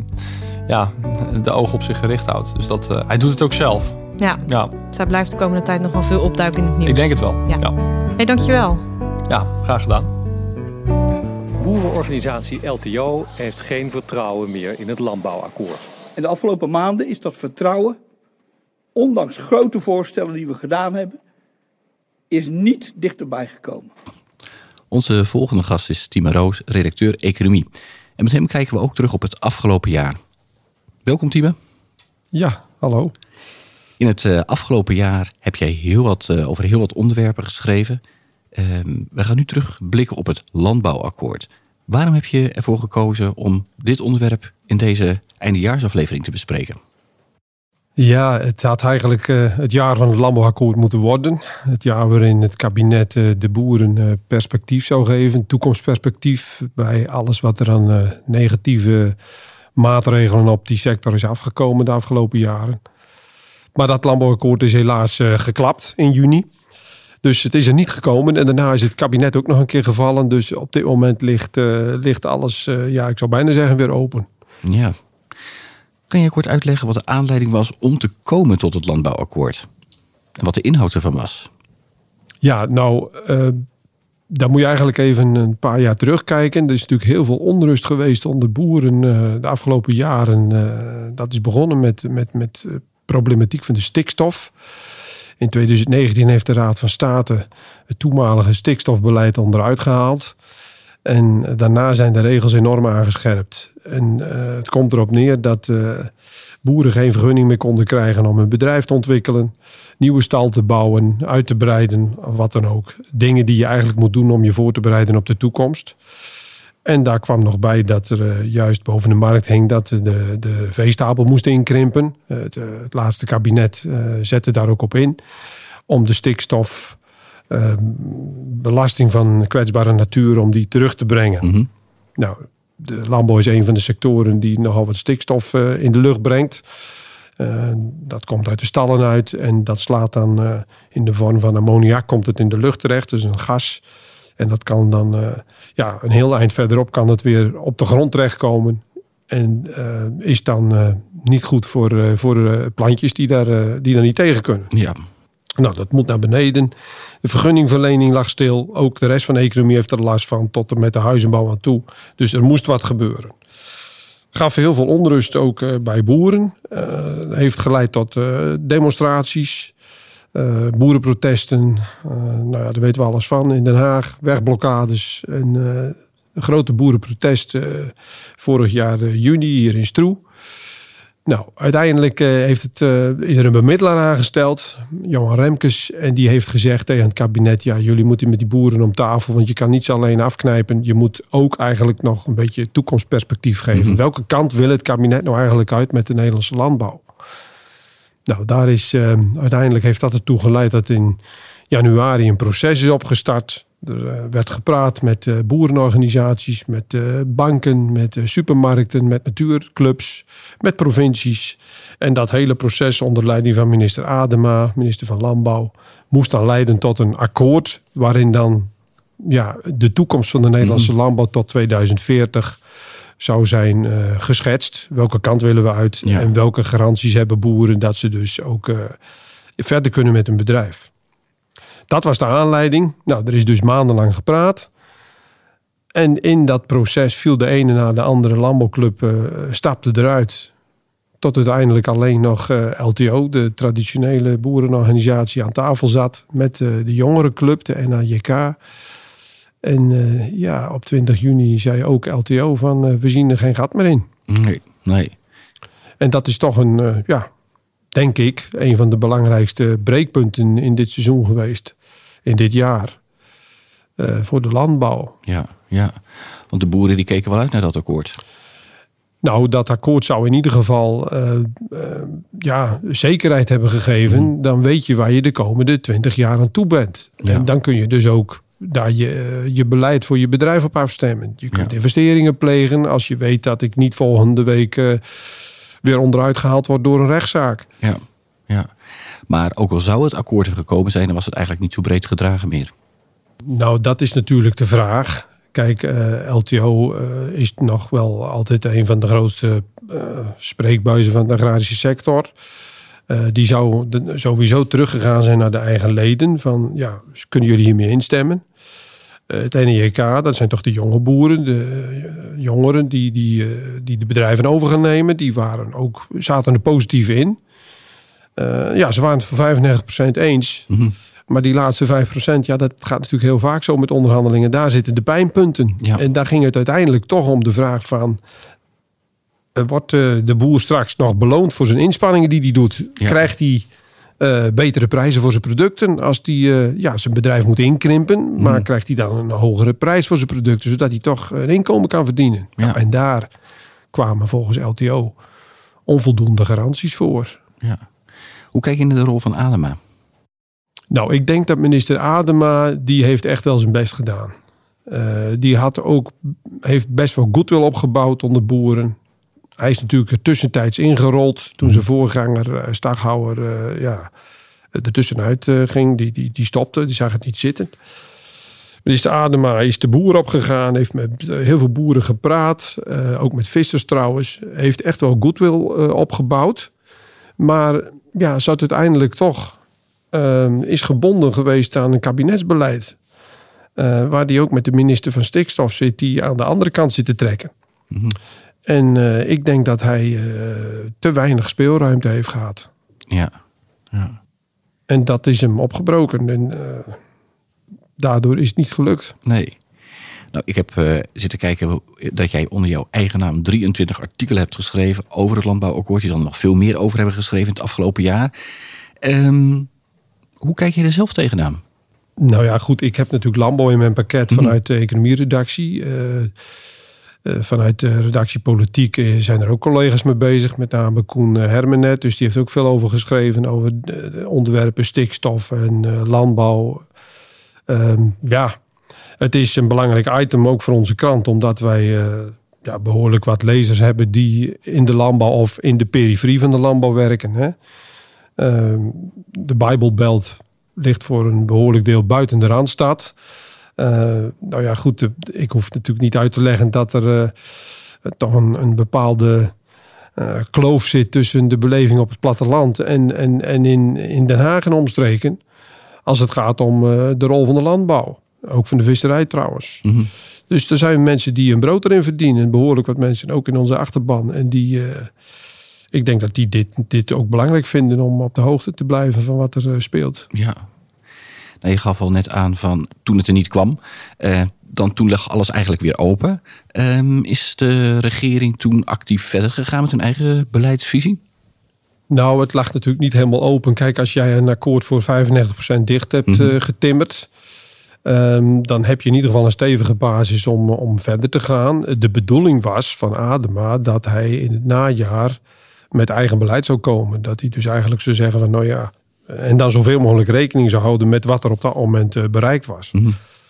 de ogen op zich gericht houdt. Dus hij doet het ook zelf. Ja. Dus hij blijft de komende tijd nog wel veel opduiken in het nieuws. Ik denk het wel. Ja. Hey, dankjewel. Ja, graag gedaan. Boerenorganisatie LTO heeft geen vertrouwen meer in het landbouwakkoord. En de afgelopen maanden is dat vertrouwen, ondanks grote voorstellen die we gedaan hebben, is niet dichterbij gekomen. Onze volgende gast is Timo Roos, redacteur Economie. En met hem kijken we ook terug op het afgelopen jaar. Welkom Timo. Ja, hallo. In het afgelopen jaar heb jij over heel wat onderwerpen geschreven. We gaan nu terugblikken op het landbouwakkoord. Waarom heb je ervoor gekozen om dit onderwerp in deze eindejaarsaflevering te bespreken? Ja, het had eigenlijk het jaar van het landbouwakkoord moeten worden. Het jaar waarin het kabinet de boeren perspectief zou geven. Toekomstperspectief bij alles wat er aan negatieve maatregelen op die sector is afgekomen de afgelopen jaren. Maar dat landbouwakkoord is helaas geklapt in juni. Dus het is er niet gekomen. En daarna is het kabinet ook nog een keer gevallen. Dus op dit moment ligt alles, ik zou bijna zeggen, weer open. Ja. Kan je kort uitleggen wat de aanleiding was om te komen tot het landbouwakkoord? En wat de inhoud ervan was? Ja, dan moet je eigenlijk even een paar jaar terugkijken. Er is natuurlijk heel veel onrust geweest onder boeren de afgelopen jaren. Dat is begonnen met problematiek van de stikstof. In 2019 heeft de Raad van State het toenmalige stikstofbeleid onderuit gehaald. En daarna zijn de regels enorm aangescherpt. En het komt erop neer dat boeren geen vergunning meer konden krijgen om hun bedrijf te ontwikkelen. Nieuwe stal te bouwen, uit te breiden, of wat dan ook. Dingen die je eigenlijk moet doen om je voor te bereiden op de toekomst. En daar kwam nog bij dat er juist boven de markt hing dat de veestapel moest inkrimpen. Het laatste kabinet zette daar ook op in. Om de stikstof, belasting van kwetsbare natuur, om die terug te brengen. Mm-hmm. Nou, de landbouw is een van de sectoren die nogal wat stikstof in de lucht brengt. Dat komt uit de stallen uit en dat slaat dan in de vorm van ammoniak, komt het in de lucht terecht. Dus een gas. En dat kan dan een heel eind verderop kan het weer op de grond terechtkomen. En is dan niet goed voor plantjes die daar niet tegen kunnen. Ja. Nou, dat moet naar beneden. De vergunningverlening lag stil. Ook de rest van de economie heeft er last van. Tot en met de huizenbouw aan toe. Dus er moest wat gebeuren. Gaf heel veel onrust ook bij boeren. Heeft geleid tot demonstraties. Boerenprotesten, daar weten we alles van. In Den Haag, wegblokkades. En een grote boerenprotest vorig jaar juni hier in Stroe. Nou, uiteindelijk is er een bemiddelaar aangesteld, Johan Remkes. En die heeft gezegd tegen het kabinet, ja, jullie moeten met die boeren om tafel. Want je kan niet ze alleen afknijpen. Je moet ook eigenlijk nog een beetje toekomstperspectief geven. Mm-hmm. Welke kant wil het kabinet nou eigenlijk uit met de Nederlandse landbouw? Nou, uiteindelijk heeft dat ertoe geleid dat in januari een proces is opgestart. Er werd gepraat met boerenorganisaties, met banken, met supermarkten, met natuurclubs, met provincies. En dat hele proces onder leiding van minister Adema, minister van Landbouw, moest dan leiden tot een akkoord waarin dan de toekomst van de Nederlandse landbouw tot 2040 zou zijn geschetst. Welke kant willen we uit en welke garanties hebben boeren dat ze dus ook verder kunnen met hun bedrijf. Dat was de aanleiding. Nou, er is dus maandenlang gepraat. En in dat proces viel de ene na de andere landbouwclub stapte eruit. Tot uiteindelijk alleen nog LTO, de traditionele boerenorganisatie, aan tafel zat. Met de jongerenclub, de NAJK. En op 20 juni zei ook LTO van we zien er geen gat meer in. Nee. En dat is toch denk ik, een van de belangrijkste breekpunten in dit seizoen geweest. In dit jaar. Voor de landbouw. Ja. Want de boeren die keken wel uit naar dat akkoord. Nou, dat akkoord zou in ieder geval zekerheid hebben gegeven. Dan weet je waar je de komende 20 jaar aan toe bent. Ja. En dan kun je dus ook daar je beleid voor je bedrijf op afstemmen. Je kunt investeringen plegen als je weet dat ik niet volgende week weer onderuit gehaald wordt door een rechtszaak. Ja. Maar ook al zou het akkoord er gekomen zijn, dan was het eigenlijk niet zo breed gedragen meer. Nou, dat is natuurlijk de vraag. Kijk, LTO is nog wel altijd een van de grootste spreekbuizen van de agrarische sector. Die zou sowieso teruggegaan zijn naar de eigen leden. Van, kunnen jullie hiermee instemmen? Het NIJK, dat zijn toch de jonge boeren, de jongeren die de bedrijven over gaan nemen. Die zaten er positief in. Ze waren het voor 95% eens. Mm-hmm. Maar die laatste 5%, dat gaat natuurlijk heel vaak zo met onderhandelingen. Daar zitten de pijnpunten. Ja. En daar ging het uiteindelijk toch om de vraag van, wordt de boer straks nog beloond voor zijn inspanningen die hij doet? Ja. Krijgt hij betere prijzen voor zijn producten als hij zijn bedrijf moet inkrimpen? Maar krijgt hij dan een hogere prijs voor zijn producten, zodat hij toch een inkomen kan verdienen? Ja. Nou, en daar kwamen volgens LTO onvoldoende garanties voor. Ja. Hoe kijk je naar de rol van Adema? Nou, ik denk dat minister Adema, die heeft echt wel zijn best gedaan. Die heeft best wel goodwill opgebouwd onder boeren. Hij is natuurlijk er tussentijds ingerold toen zijn voorganger Staghouwer er tussenuit ging. Die stopte, die zag het niet zitten. Minister Adema is de boer opgegaan, heeft met heel veel boeren gepraat. Ook met vissers trouwens. Heeft echt wel goodwill opgebouwd. Maar zat uiteindelijk toch is gebonden geweest aan een kabinetsbeleid. Waar die ook met de minister van Stikstof zit, die aan de andere kant zit te trekken. Mm-hmm. En ik denk dat hij te weinig speelruimte heeft gehad. Ja. En dat is hem opgebroken. En daardoor is het niet gelukt. Nee. Nou, ik heb zitten kijken dat jij onder jouw eigen naam 23 artikelen hebt geschreven over het landbouwakkoord. Je zal er nog veel meer over hebben geschreven in het afgelopen jaar. Hoe kijk je er zelf tegenaan? Nou ja, goed. Ik heb natuurlijk landbouw in mijn pakket vanuit de economieredactie. Vanuit de redactie politiek zijn er ook collega's mee bezig. Met name Koen Hermenet. Dus die heeft ook veel over geschreven. Over de onderwerpen stikstof en landbouw. Het is een belangrijk item ook voor onze krant. Omdat wij behoorlijk wat lezers hebben die in de landbouw of in de periferie van de landbouw werken. Hè? De Bijbelbelt ligt voor een behoorlijk deel buiten de Randstad. Ik hoef natuurlijk niet uit te leggen dat er toch een bepaalde kloof zit tussen de beleving op het platteland en in Den Haag en omstreken. Als het gaat om de rol van de landbouw. Ook van de visserij trouwens. Mm-hmm. Dus er zijn mensen die hun brood erin verdienen. En behoorlijk wat mensen ook in onze achterban. En die... Ik denk dat die dit ook belangrijk vinden om op de hoogte te blijven van wat er speelt. Ja. Nou, je gaf al net aan van toen het er niet kwam, toen lag alles eigenlijk weer open. Is de regering toen actief verder gegaan met hun eigen beleidsvisie? Nou, het lag natuurlijk niet helemaal open. Kijk, als jij een akkoord voor 95% dicht hebt getimmerd, dan heb je in ieder geval een stevige basis om verder te gaan. De bedoeling was van Adema dat hij in het najaar met eigen beleid zou komen. Dat hij dus eigenlijk zou zeggen van en dan zoveel mogelijk rekening zou houden met wat er op dat moment bereikt was. Mm-hmm.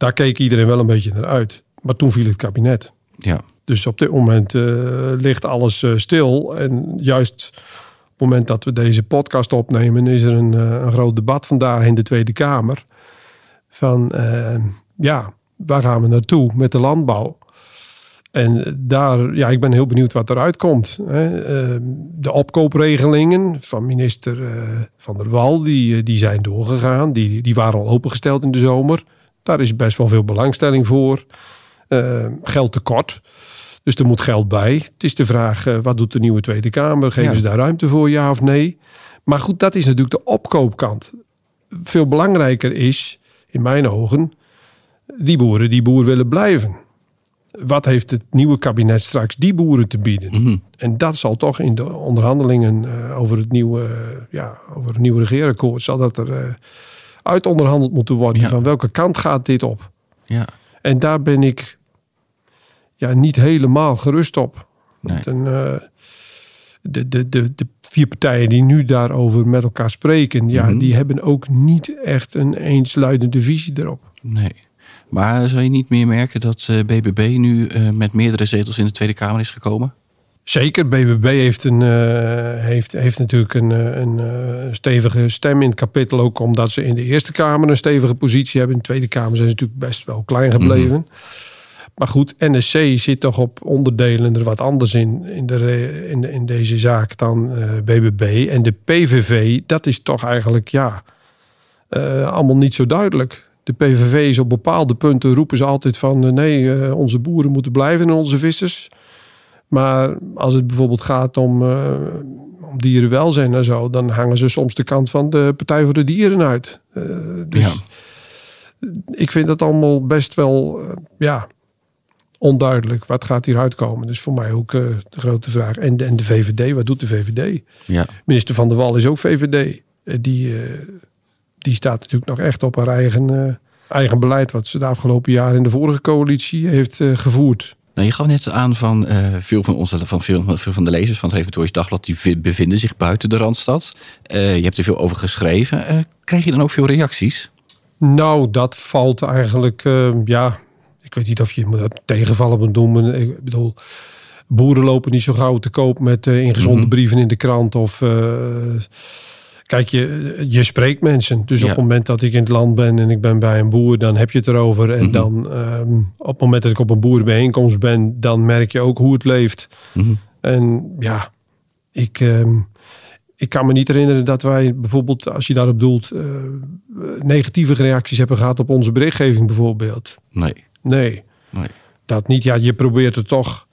Daar keek iedereen wel een beetje naar uit. Maar toen viel het kabinet. Ja. Dus op dit moment ligt alles stil. En juist op het moment dat we deze podcast opnemen, is er een groot debat vandaag in de Tweede Kamer. Van waar gaan we naartoe met de landbouw? En daar, ik ben heel benieuwd wat eruit komt. De opkoopregelingen van minister Van der Wal, die zijn doorgegaan. Die waren al opengesteld in de zomer. Daar is best wel veel belangstelling voor. Geld tekort. Dus er moet geld bij. Het is de vraag, wat doet de nieuwe Tweede Kamer? Geven ze daar ruimte voor, ja of nee? Maar goed, dat is natuurlijk de opkoopkant. Veel belangrijker is, in mijn ogen, die boer willen blijven. Wat heeft het nieuwe kabinet straks die boeren te bieden? Mm-hmm. En dat zal toch in de onderhandelingen over het nieuwe regeerakkoord, zal dat er uit onderhandeld moeten worden. Ja. Van welke kant gaat dit op? Ja. En daar ben ik niet helemaal gerust op. Nee. De 4 partijen die nu daarover met elkaar spreken, die hebben ook niet echt een eensluidende visie erop. Nee. Maar zou je niet meer merken dat BBB nu met meerdere zetels in de Tweede Kamer is gekomen? Zeker, BBB heeft natuurlijk een stevige stem in het kapitel. Ook omdat ze in de Eerste Kamer een stevige positie hebben. In de Tweede Kamer zijn ze natuurlijk best wel klein gebleven. Mm-hmm. Maar goed, NSC zit toch op onderdelen er wat anders in deze zaak dan BBB. En de PVV, dat is toch eigenlijk allemaal niet zo duidelijk. De PVV is op bepaalde punten, roepen ze altijd van nee, onze boeren moeten blijven en onze vissers. Maar als het bijvoorbeeld gaat om dierenwelzijn en zo, dan hangen ze soms de kant van de Partij voor de Dieren uit. Ik vind dat allemaal best wel onduidelijk. Wat gaat hieruit komen? Dus voor mij ook de grote vraag. En de VVD, wat doet de VVD? Ja. Minister Van der Wal is ook VVD. Die staat natuurlijk nog echt op haar eigen beleid, wat ze de afgelopen jaren in de vorige coalitie heeft gevoerd. Nou, je gaf net aan van veel van de lezers van het Reformatorisch Dagblad, die bevinden zich buiten de Randstad. Je hebt er veel over geschreven. Krijg je dan ook veel reacties? Nou, dat valt eigenlijk, ik weet niet of je dat tegenvallen moet noemen. Ik bedoel, boeren lopen niet zo gauw te koop met ingezonde brieven in de krant of... Kijk, je spreekt mensen. Dus op het moment dat ik in het land ben en ik ben bij een boer, dan heb je het erover. En dan op het moment dat ik op een boerenbijeenkomst ben, dan merk je ook hoe het leeft. Mm-hmm. En ik kan me niet herinneren dat wij bijvoorbeeld, als je daarop doelt, negatieve reacties hebben gehad op onze berichtgeving bijvoorbeeld. Nee. Dat niet. Ja, je probeert het toch...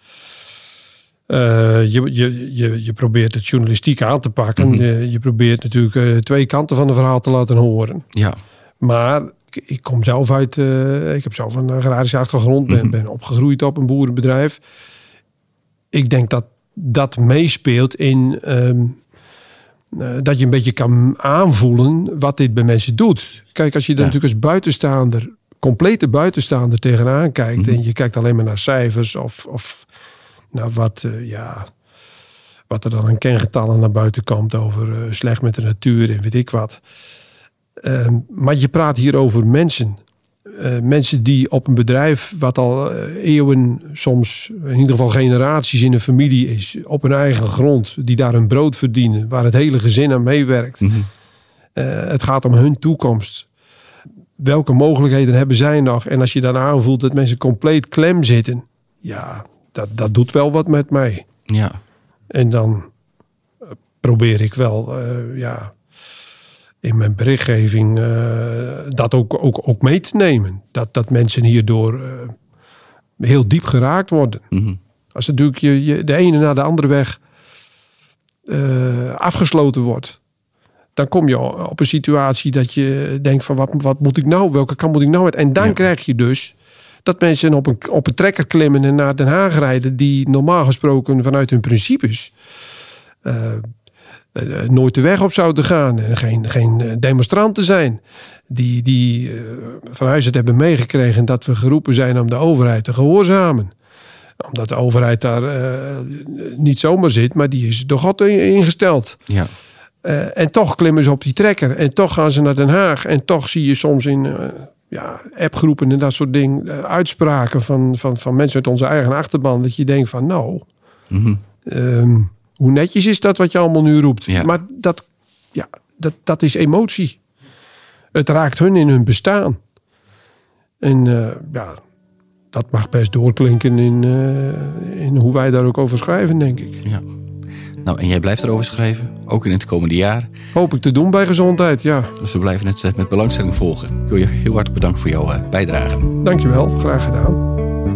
Je probeert het journalistiek aan te pakken. Mm-hmm. Je probeert natuurlijk 2 kanten van een verhaal te laten horen. Ja. Maar ik kom zelf uit... ik heb zelf een agrarische achtergrond. Ben opgegroeid op een boerenbedrijf. Ik denk dat meespeelt in... dat je een beetje kan aanvoelen wat dit bij mensen doet. Kijk, als je er natuurlijk als buitenstaander... complete buitenstaander tegenaan kijkt... en je kijkt alleen maar naar cijfers of nou, wat er dan aan kengetallen naar buiten komt over slecht met de natuur en weet ik wat. Maar je praat hier over mensen. Mensen die op een bedrijf wat al eeuwen, soms in ieder geval generaties in een familie is, op hun eigen grond, die daar hun brood verdienen, waar het hele gezin aan meewerkt. Mm-hmm. Het gaat om hun toekomst. Welke mogelijkheden hebben zij nog? En als je dan aanvoelt dat mensen compleet klem zitten, dat doet wel wat met mij. Ja. En dan probeer ik wel in mijn berichtgeving dat ook mee te nemen. Dat mensen hierdoor heel diep geraakt worden. Mm-hmm. Als natuurlijk je de ene na de andere weg afgesloten wordt, dan kom je op een situatie dat je denkt van wat moet ik nou? Welke kant moet ik nou uit? En dan krijg je dus dat mensen op een trekker klimmen en naar Den Haag rijden, die normaal gesproken vanuit hun principes nooit de weg op zouden gaan en geen demonstranten zijn. Die van huis uit hebben meegekregen dat we geroepen zijn om de overheid te gehoorzamen. Omdat de overheid daar niet zomaar zit, maar die is door God ingesteld. Ja. En toch klimmen ze op die trekker. En toch gaan ze naar Den Haag. En toch zie je soms appgroepen en dat soort dingen. Uitspraken van mensen uit onze eigen achterban. Dat je denkt van hoe netjes is dat wat je allemaal nu roept. Ja. Maar dat is emotie. Het raakt hun in hun bestaan. En dat mag best doorklinken in hoe wij daar ook over schrijven, denk ik. Ja. Nou, en jij blijft erover schrijven, ook in het komende jaar. Hoop ik te doen bij Gezondheid, ja. Dus we blijven het met belangstelling volgen. Ik wil je heel hartelijk bedanken voor jouw bijdrage. Dankjewel, graag gedaan.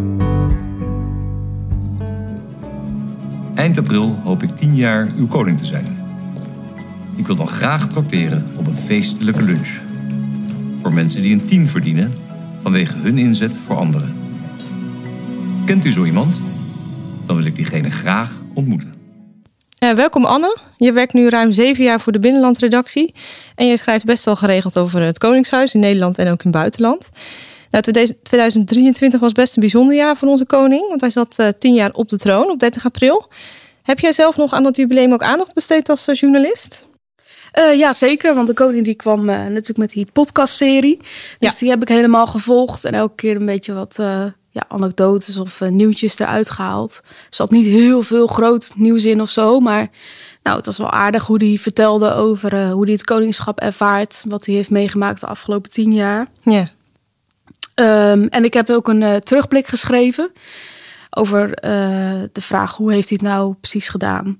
Eind april hoop ik 10 jaar uw koning te zijn. Ik wil dan graag trakteren op een feestelijke lunch. Voor mensen die een 10 verdienen vanwege hun inzet voor anderen. Kent u zo iemand? Dan wil ik diegene graag ontmoeten. Welkom Anne. Je werkt nu ruim 7 jaar voor de Binnenlandredactie. En je schrijft best wel geregeld over het Koningshuis in Nederland en ook in het buitenland. Nou, 2023 was best een bijzonder jaar voor onze koning. Want hij zat 10 jaar op de troon op 30 april. Heb jij zelf nog aan dat jubileum ook aandacht besteed als journalist? Ja, zeker. Want de koning die kwam natuurlijk met die podcastserie. Dus die heb ik helemaal gevolgd. En elke keer een beetje wat anekdotes of nieuwtjes eruit gehaald. Er zat niet heel veel groot nieuws in of zo. Maar het was wel aardig hoe hij vertelde over hoe hij het koningschap ervaart. Wat hij heeft meegemaakt de afgelopen 10 jaar. Ja. En ik heb ook een terugblik geschreven over de vraag hoe heeft hij het nou precies gedaan.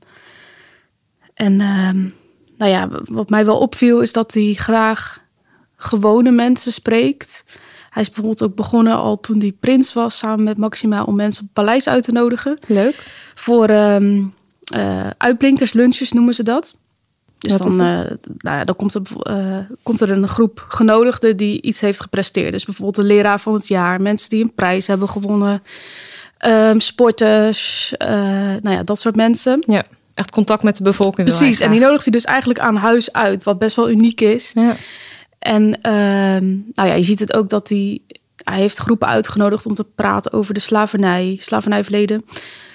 En wat mij wel opviel is dat hij graag gewone mensen spreekt. Hij is bijvoorbeeld ook begonnen al toen hij prins was, samen met Maxima, om mensen op het paleis uit te nodigen. Leuk. Voor uitblinkerslunches noemen ze dat. Dus dan komt er een groep genodigden die iets heeft gepresteerd. Dus bijvoorbeeld de leraar van het jaar, mensen die een prijs hebben gewonnen, sporters, dat soort mensen. Ja, echt contact met de bevolking. Precies, en die nodigt hij dus eigenlijk aan huis uit, wat best wel uniek is. Ja. En je ziet het ook dat hij heeft groepen uitgenodigd om te praten over de slavernijverleden.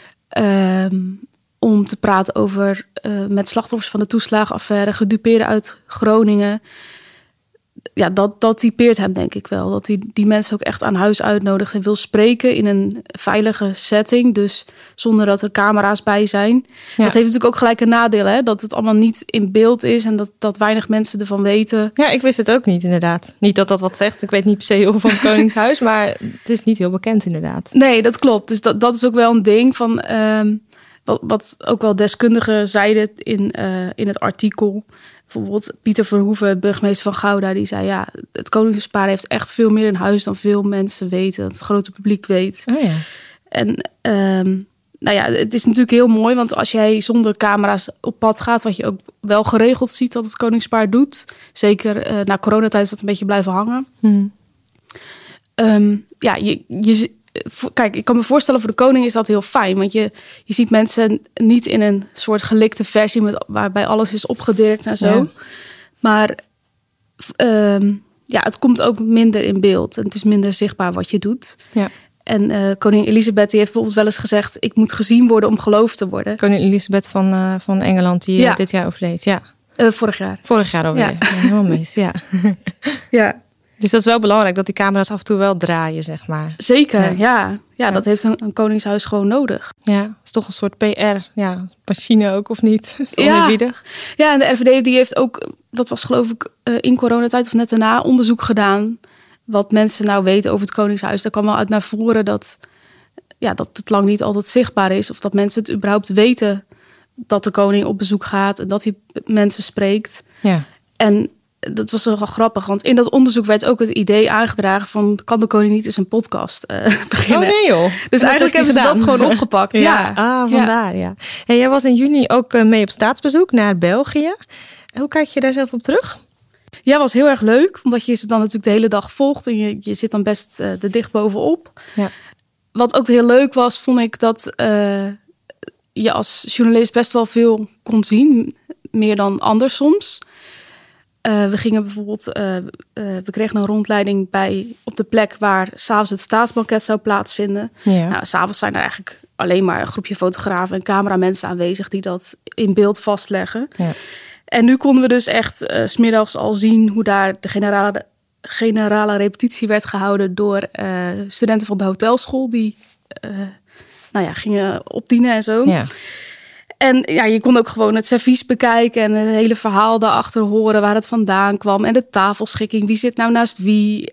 Om te praten over met slachtoffers van de toeslagenaffaire, gedupeerden uit Groningen. Ja, dat typeert hem denk ik wel. Dat hij die mensen ook echt aan huis uitnodigt en wil spreken in een veilige setting. Dus zonder dat er camera's bij zijn. Ja. Dat heeft natuurlijk ook gelijk een nadeel, hè? Dat het allemaal niet in beeld is en dat weinig mensen ervan weten. Ja, ik wist het ook niet inderdaad. Niet dat dat wat zegt. Ik weet niet per se heel veel van het Koningshuis, maar het is niet heel bekend inderdaad. Nee, dat klopt. Dus dat is ook wel een ding van wat ook wel deskundigen zeiden in het artikel. Bijvoorbeeld Pieter Verhoeven, burgemeester van Gouda, die zei het koningspaar heeft echt veel meer in huis dan veel mensen weten. Dat het grote publiek weet. Oh ja. En het is natuurlijk heel mooi, want als jij zonder camera's op pad gaat, wat je ook wel geregeld ziet dat het koningspaar doet. Zeker na coronatijd is dat een beetje blijven hangen. Kijk, ik kan me voorstellen voor de koning is dat heel fijn. Want je ziet mensen niet in een soort gelikte versie waarbij alles is opgedirkt en zo. Ja. Maar het komt ook minder in beeld. En het is minder zichtbaar wat je doet. Ja. En koningin Elisabeth die heeft bijvoorbeeld wel eens gezegd, ik moet gezien worden om geloofd te worden. Koningin Elisabeth van Engeland die dit jaar overleed. Ja. Vorig jaar. Vorig jaar overleed. Ja. Helemaal mis, ja. Ja. Dus dat is wel belangrijk, dat die camera's af en toe wel draaien, zeg maar. Zeker, ja. Ja, dat heeft een koningshuis gewoon nodig. Ja, het is toch een soort PR-machine ook, of niet? Dat is oneerbiedig. Ja, en de RVD die heeft ook, dat was geloof ik in coronatijd of net daarna, onderzoek gedaan. Wat mensen nou weten over het koningshuis. Daar kwam wel uit naar voren dat het lang niet altijd zichtbaar is. Of dat mensen het überhaupt weten dat de koning op bezoek gaat. En dat hij mensen spreekt. Ja. En dat was wel grappig, want in dat onderzoek werd ook het idee aangedragen van, kan de koning niet eens een podcast beginnen? Oh nee joh. Dus eigenlijk hebben ze dat gewoon opgepakt. Ja. Vandaar, ja. En jij was in juni ook mee op staatsbezoek naar België. Hoe kijk je daar zelf op terug? Ja, was heel erg leuk, omdat je ze dan natuurlijk de hele dag volgt en je zit dan best er dicht bovenop. Ja. Wat ook heel leuk was, vond ik dat je als journalist best wel veel kon zien, meer dan anders soms. We gingen bijvoorbeeld, we kregen een rondleiding op de plek waar 's avonds het staatsbanket zou plaatsvinden. Ja. Nou, 's avonds zijn er eigenlijk alleen maar een groepje fotografen en cameramensen aanwezig die dat in beeld vastleggen. Ja. En nu konden we dus echt 's middags al zien hoe daar de generale repetitie werd gehouden door studenten van de hotelschool die gingen opdienen en zo. Ja. En ja, je kon ook gewoon het servies bekijken en het hele verhaal daarachter horen waar het vandaan kwam. En de tafelschikking, wie zit nou naast wie.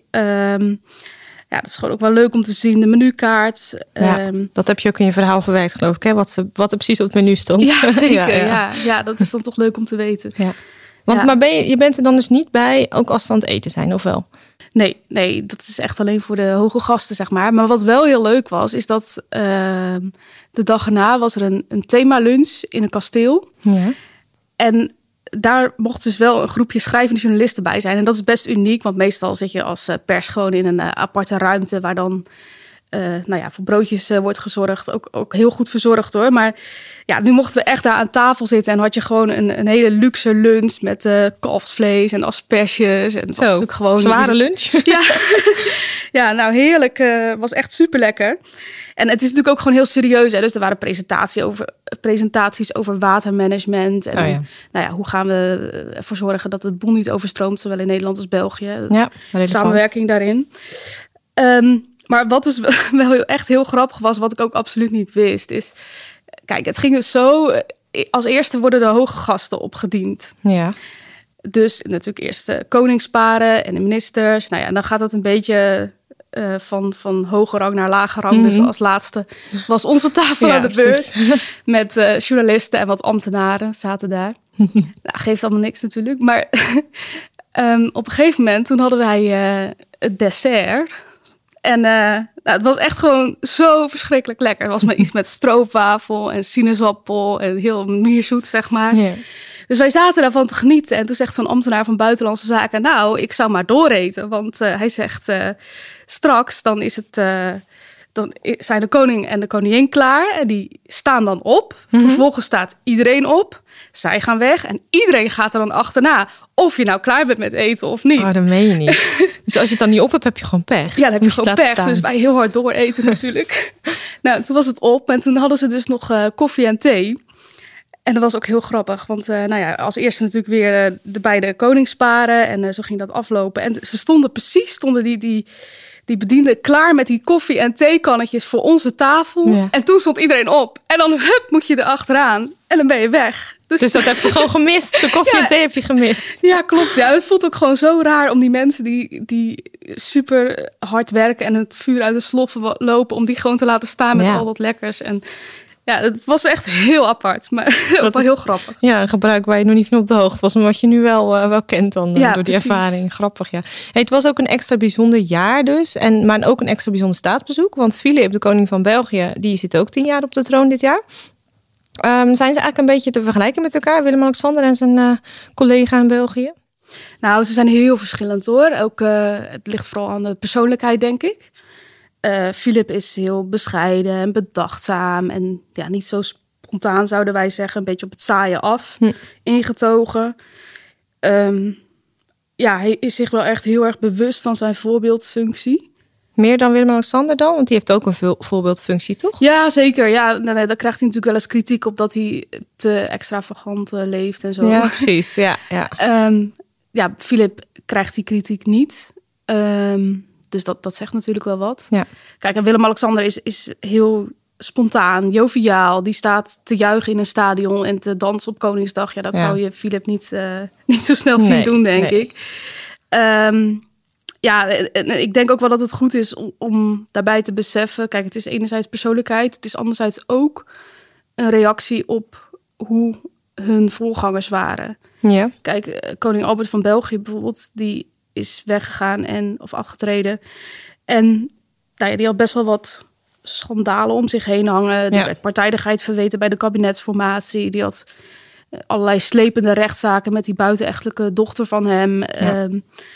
Dat is gewoon ook wel leuk om te zien, de menukaart. Ja, dat heb je ook in je verhaal verwerkt, geloof ik, hè? Wat er precies op het menu stond. Ja, zeker. Ja, dat is dan toch leuk om te weten. Ja. Maar je bent er dan dus niet bij, ook als ze aan het eten zijn, of wel? Nee, dat is echt alleen voor de hoge gasten, zeg maar. Maar wat wel heel leuk was, is dat de dag erna was er een themalunch in een kasteel. Ja. En daar mocht dus wel een groepje schrijvende journalisten bij zijn. En dat is best uniek, want meestal zit je als pers gewoon in een aparte ruimte waar dan voor broodjes wordt gezorgd. Ook heel goed verzorgd hoor. Maar ja, nu mochten we echt daar aan tafel zitten en had je gewoon een hele luxe lunch met kalfsvlees en asperges. En zo, was gewoon zware lunch. Ja, nou heerlijk. Was echt super lekker. En het is natuurlijk ook gewoon heel serieus. Hè? Dus er waren presentaties over watermanagement. En hoe gaan we ervoor zorgen dat het boel niet overstroomt, zowel in Nederland als België. Ja, samenwerking daarin. Maar wat dus wel echt heel grappig was, wat ik ook absoluut niet wist, is... Kijk, het ging dus zo... Als eerste worden de hoge gasten opgediend. Ja. Dus natuurlijk eerst de koningsparen en de ministers. Nou ja, dan gaat het een beetje van hoge rang naar lage rang. Mm-hmm. Dus als laatste was onze tafel aan de beurt. Met journalisten en wat ambtenaren zaten daar. Geeft allemaal niks natuurlijk. Maar op een gegeven moment, toen hadden wij het dessert... En het was echt gewoon zo verschrikkelijk lekker. Het was maar iets met stroopwafel en sinaasappel en heel mierzoet, zeg maar. Yeah. Dus wij zaten daarvan te genieten. En toen zegt zo'n ambtenaar van Buitenlandse Zaken... nou, ik zou maar dooreten. Want hij zegt, straks dan is het... dan zijn de koning en de koningin klaar. En die staan dan op. Mm-hmm. Vervolgens staat iedereen op. Zij gaan weg. En iedereen gaat er dan achterna. Of je nou klaar bent met eten of niet. Oh, dat meen je niet. Dus als je het dan niet op hebt, heb je gewoon pech. Ja, dan heb je gewoon pech. Staan. Dus wij heel hard dooreten natuurlijk. Nou, toen was het op. En toen hadden ze dus nog koffie en thee. En dat was ook heel grappig. Want als eerste natuurlijk weer de beide koningsparen. En zo ging dat aflopen. En ze stonden die bedienden klaar met die koffie- en theekannetjes voor onze tafel. Ja. En toen stond iedereen op. En dan moet je er achteraan. En dan ben je weg. Dus dat heb je gewoon gemist. De koffie en thee heb je gemist. Ja, klopt. Ja, het voelt ook gewoon zo raar om die mensen die super hard werken en het vuur uit de sloffen lopen, om die gewoon te laten staan met al dat lekkers. En ja, het was echt heel apart, maar ook wel heel grappig. Ja, een gebruik waar je nog niet van op de hoogte was, maar wat je nu wel kent dan door die precies. Ervaring. Grappig, ja. Hey, het was ook een extra bijzonder jaar dus, maar ook een extra bijzonder staatsbezoek, want Filip, de koning van België, die zit ook 10 jaar op de troon dit jaar. Zijn ze eigenlijk een beetje te vergelijken met elkaar, Willem-Alexander en zijn collega in België? Nou, ze zijn heel verschillend hoor. Ook, het ligt vooral aan de persoonlijkheid, denk ik. Filip is heel bescheiden en bedachtzaam en ja, niet zo spontaan, zouden wij zeggen. Een beetje op het saaie af, ingetogen. Hij is zich wel echt heel erg bewust van zijn voorbeeldfunctie. Meer dan Willem-Alexander dan? Want die heeft ook een voorbeeldfunctie, toch? Ja, zeker. Ja, daar krijgt hij natuurlijk wel eens kritiek op dat hij te extravagant leeft en zo. Ja, precies. Ja. Filip krijgt die kritiek niet. Dus dat zegt natuurlijk wel wat. Ja. Kijk, en Willem-Alexander is heel spontaan, joviaal. Die staat te juichen in een stadion en te dansen op Koningsdag. Ja, dat zou je Filip niet zo snel zien doen, denk ik. Ik denk ook wel dat het goed is om daarbij te beseffen. Kijk, het is enerzijds persoonlijkheid. Het is anderzijds ook een reactie op hoe hun voorgangers waren. Ja. Kijk, koning Albert van België bijvoorbeeld, die is weggegaan of afgetreden. En die had best wel wat schandalen om zich heen hangen. Die werd partijdigheid verweten bij de kabinetsformatie. Die had allerlei slepende rechtszaken met die buitenechtelijke dochter van hem. Ja.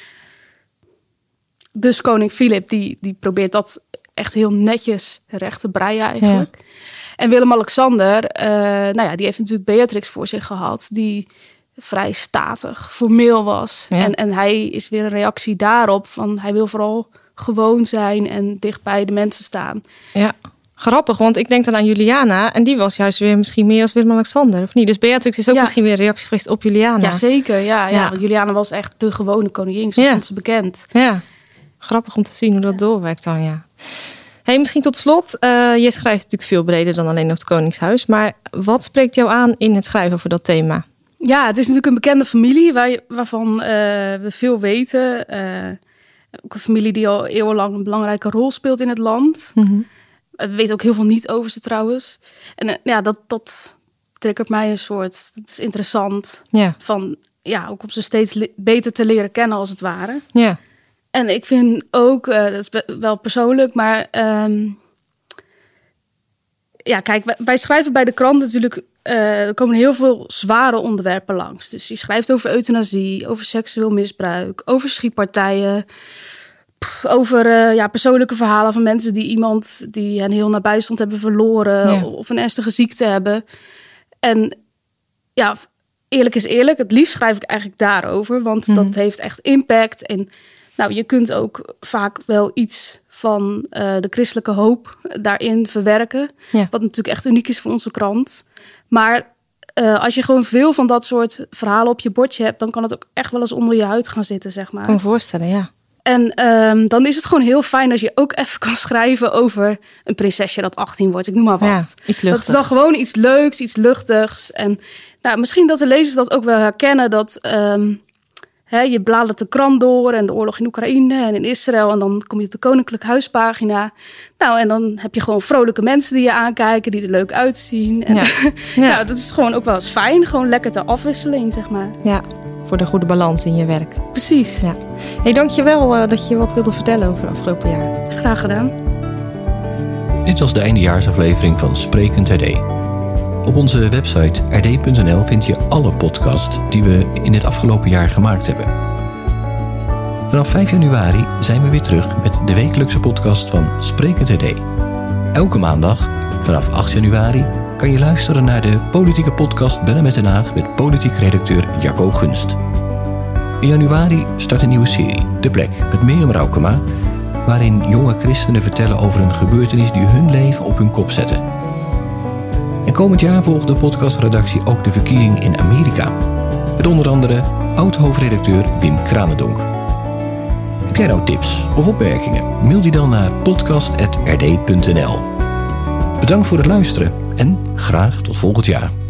Dus koning Filip, die probeert dat echt heel netjes recht te breien eigenlijk. Ja. En Willem-Alexander, die heeft natuurlijk Beatrix voor zich gehad, die vrij statig, formeel was. Ja. En hij is weer een reactie daarop van hij wil vooral gewoon zijn en dicht bij de mensen staan. Ja. Grappig, want ik denk dan aan Juliana. En die was juist weer misschien meer als Willem-Alexander, of niet? Dus Beatrix is ook misschien weer een reactie geweest op Juliana. Ja, zeker. Ja. Want Juliana was echt de gewone koningin, zo stond ze bekend. Ja, grappig om te zien hoe dat doorwerkt dan, ja. Hey, misschien tot slot, je schrijft natuurlijk veel breder dan alleen over het Koningshuis. Maar wat spreekt jou aan in het schrijven over dat thema? Ja, het is natuurlijk een bekende familie waarvan we veel weten. Ook een familie die al eeuwenlang een belangrijke rol speelt in het land. Mm-hmm. We weten ook heel veel niet over ze trouwens. En dat triggert mij een soort. Het is interessant. Ja. Ook om ze steeds beter te leren kennen als het ware. Ja. En ik vind ook, dat is wel persoonlijk, maar kijk, wij schrijven bij de krant natuurlijk, er komen heel veel zware onderwerpen langs. Dus je schrijft over euthanasie, over seksueel misbruik, over schietpartijen, over persoonlijke verhalen van mensen die iemand die hen heel nabij stond hebben verloren of een ernstige ziekte hebben. En ja, eerlijk is eerlijk, het liefst schrijf ik eigenlijk daarover, want dat heeft echt impact. En nou, je kunt ook vaak wel iets van de christelijke hoop daarin verwerken. Ja. Wat natuurlijk echt uniek is voor onze krant. Maar als je gewoon veel van dat soort verhalen op je bordje hebt, dan kan het ook echt wel eens onder je huid gaan zitten, zeg maar. Ik kan me voorstellen, ja. En dan is het gewoon heel fijn als je ook even kan schrijven over een prinsesje dat 18 wordt. Ik noem maar wat. Ja, iets luchtigs. Dat is dan gewoon iets leuks, iets luchtigs. En nou, misschien dat de lezers dat ook wel herkennen, dat je bladert de krant door en de oorlog in Oekraïne en in Israël. En dan kom je op de Koninklijk Huispagina. Nou, en dan heb je gewoon vrolijke mensen die je aankijken, die er leuk uitzien. En ja, dat is gewoon ook wel eens fijn. Gewoon lekker ter afwisseling, zeg maar. Ja, voor de goede balans in je werk. Precies. Ja. Hey, dankjewel dat je wat wilde vertellen over het afgelopen jaar. Graag gedaan. Dit was de eindejaarsaflevering van Sprekend RD. Op onze website rd.nl vind je alle podcasts die we in het afgelopen jaar gemaakt hebben. Vanaf 5 januari zijn we weer terug met de wekelijkse podcast van Sprekend RD. Elke maandag, vanaf 8 januari, kan je luisteren naar de politieke podcast Bellen met Den Haag met politiek redacteur Jacco Gunst. In januari start een nieuwe serie, De Plek, met Mirjam Raukema, waarin jonge christenen vertellen over een gebeurtenis die hun leven op hun kop zette. En komend jaar volgt de podcastredactie ook de verkiezingen in Amerika. Met onder andere oud-hoofdredacteur Wim Kranendonk. Heb jij nou tips of opmerkingen? Mail die dan naar podcast@rd.nl. Bedankt voor het luisteren en graag tot volgend jaar.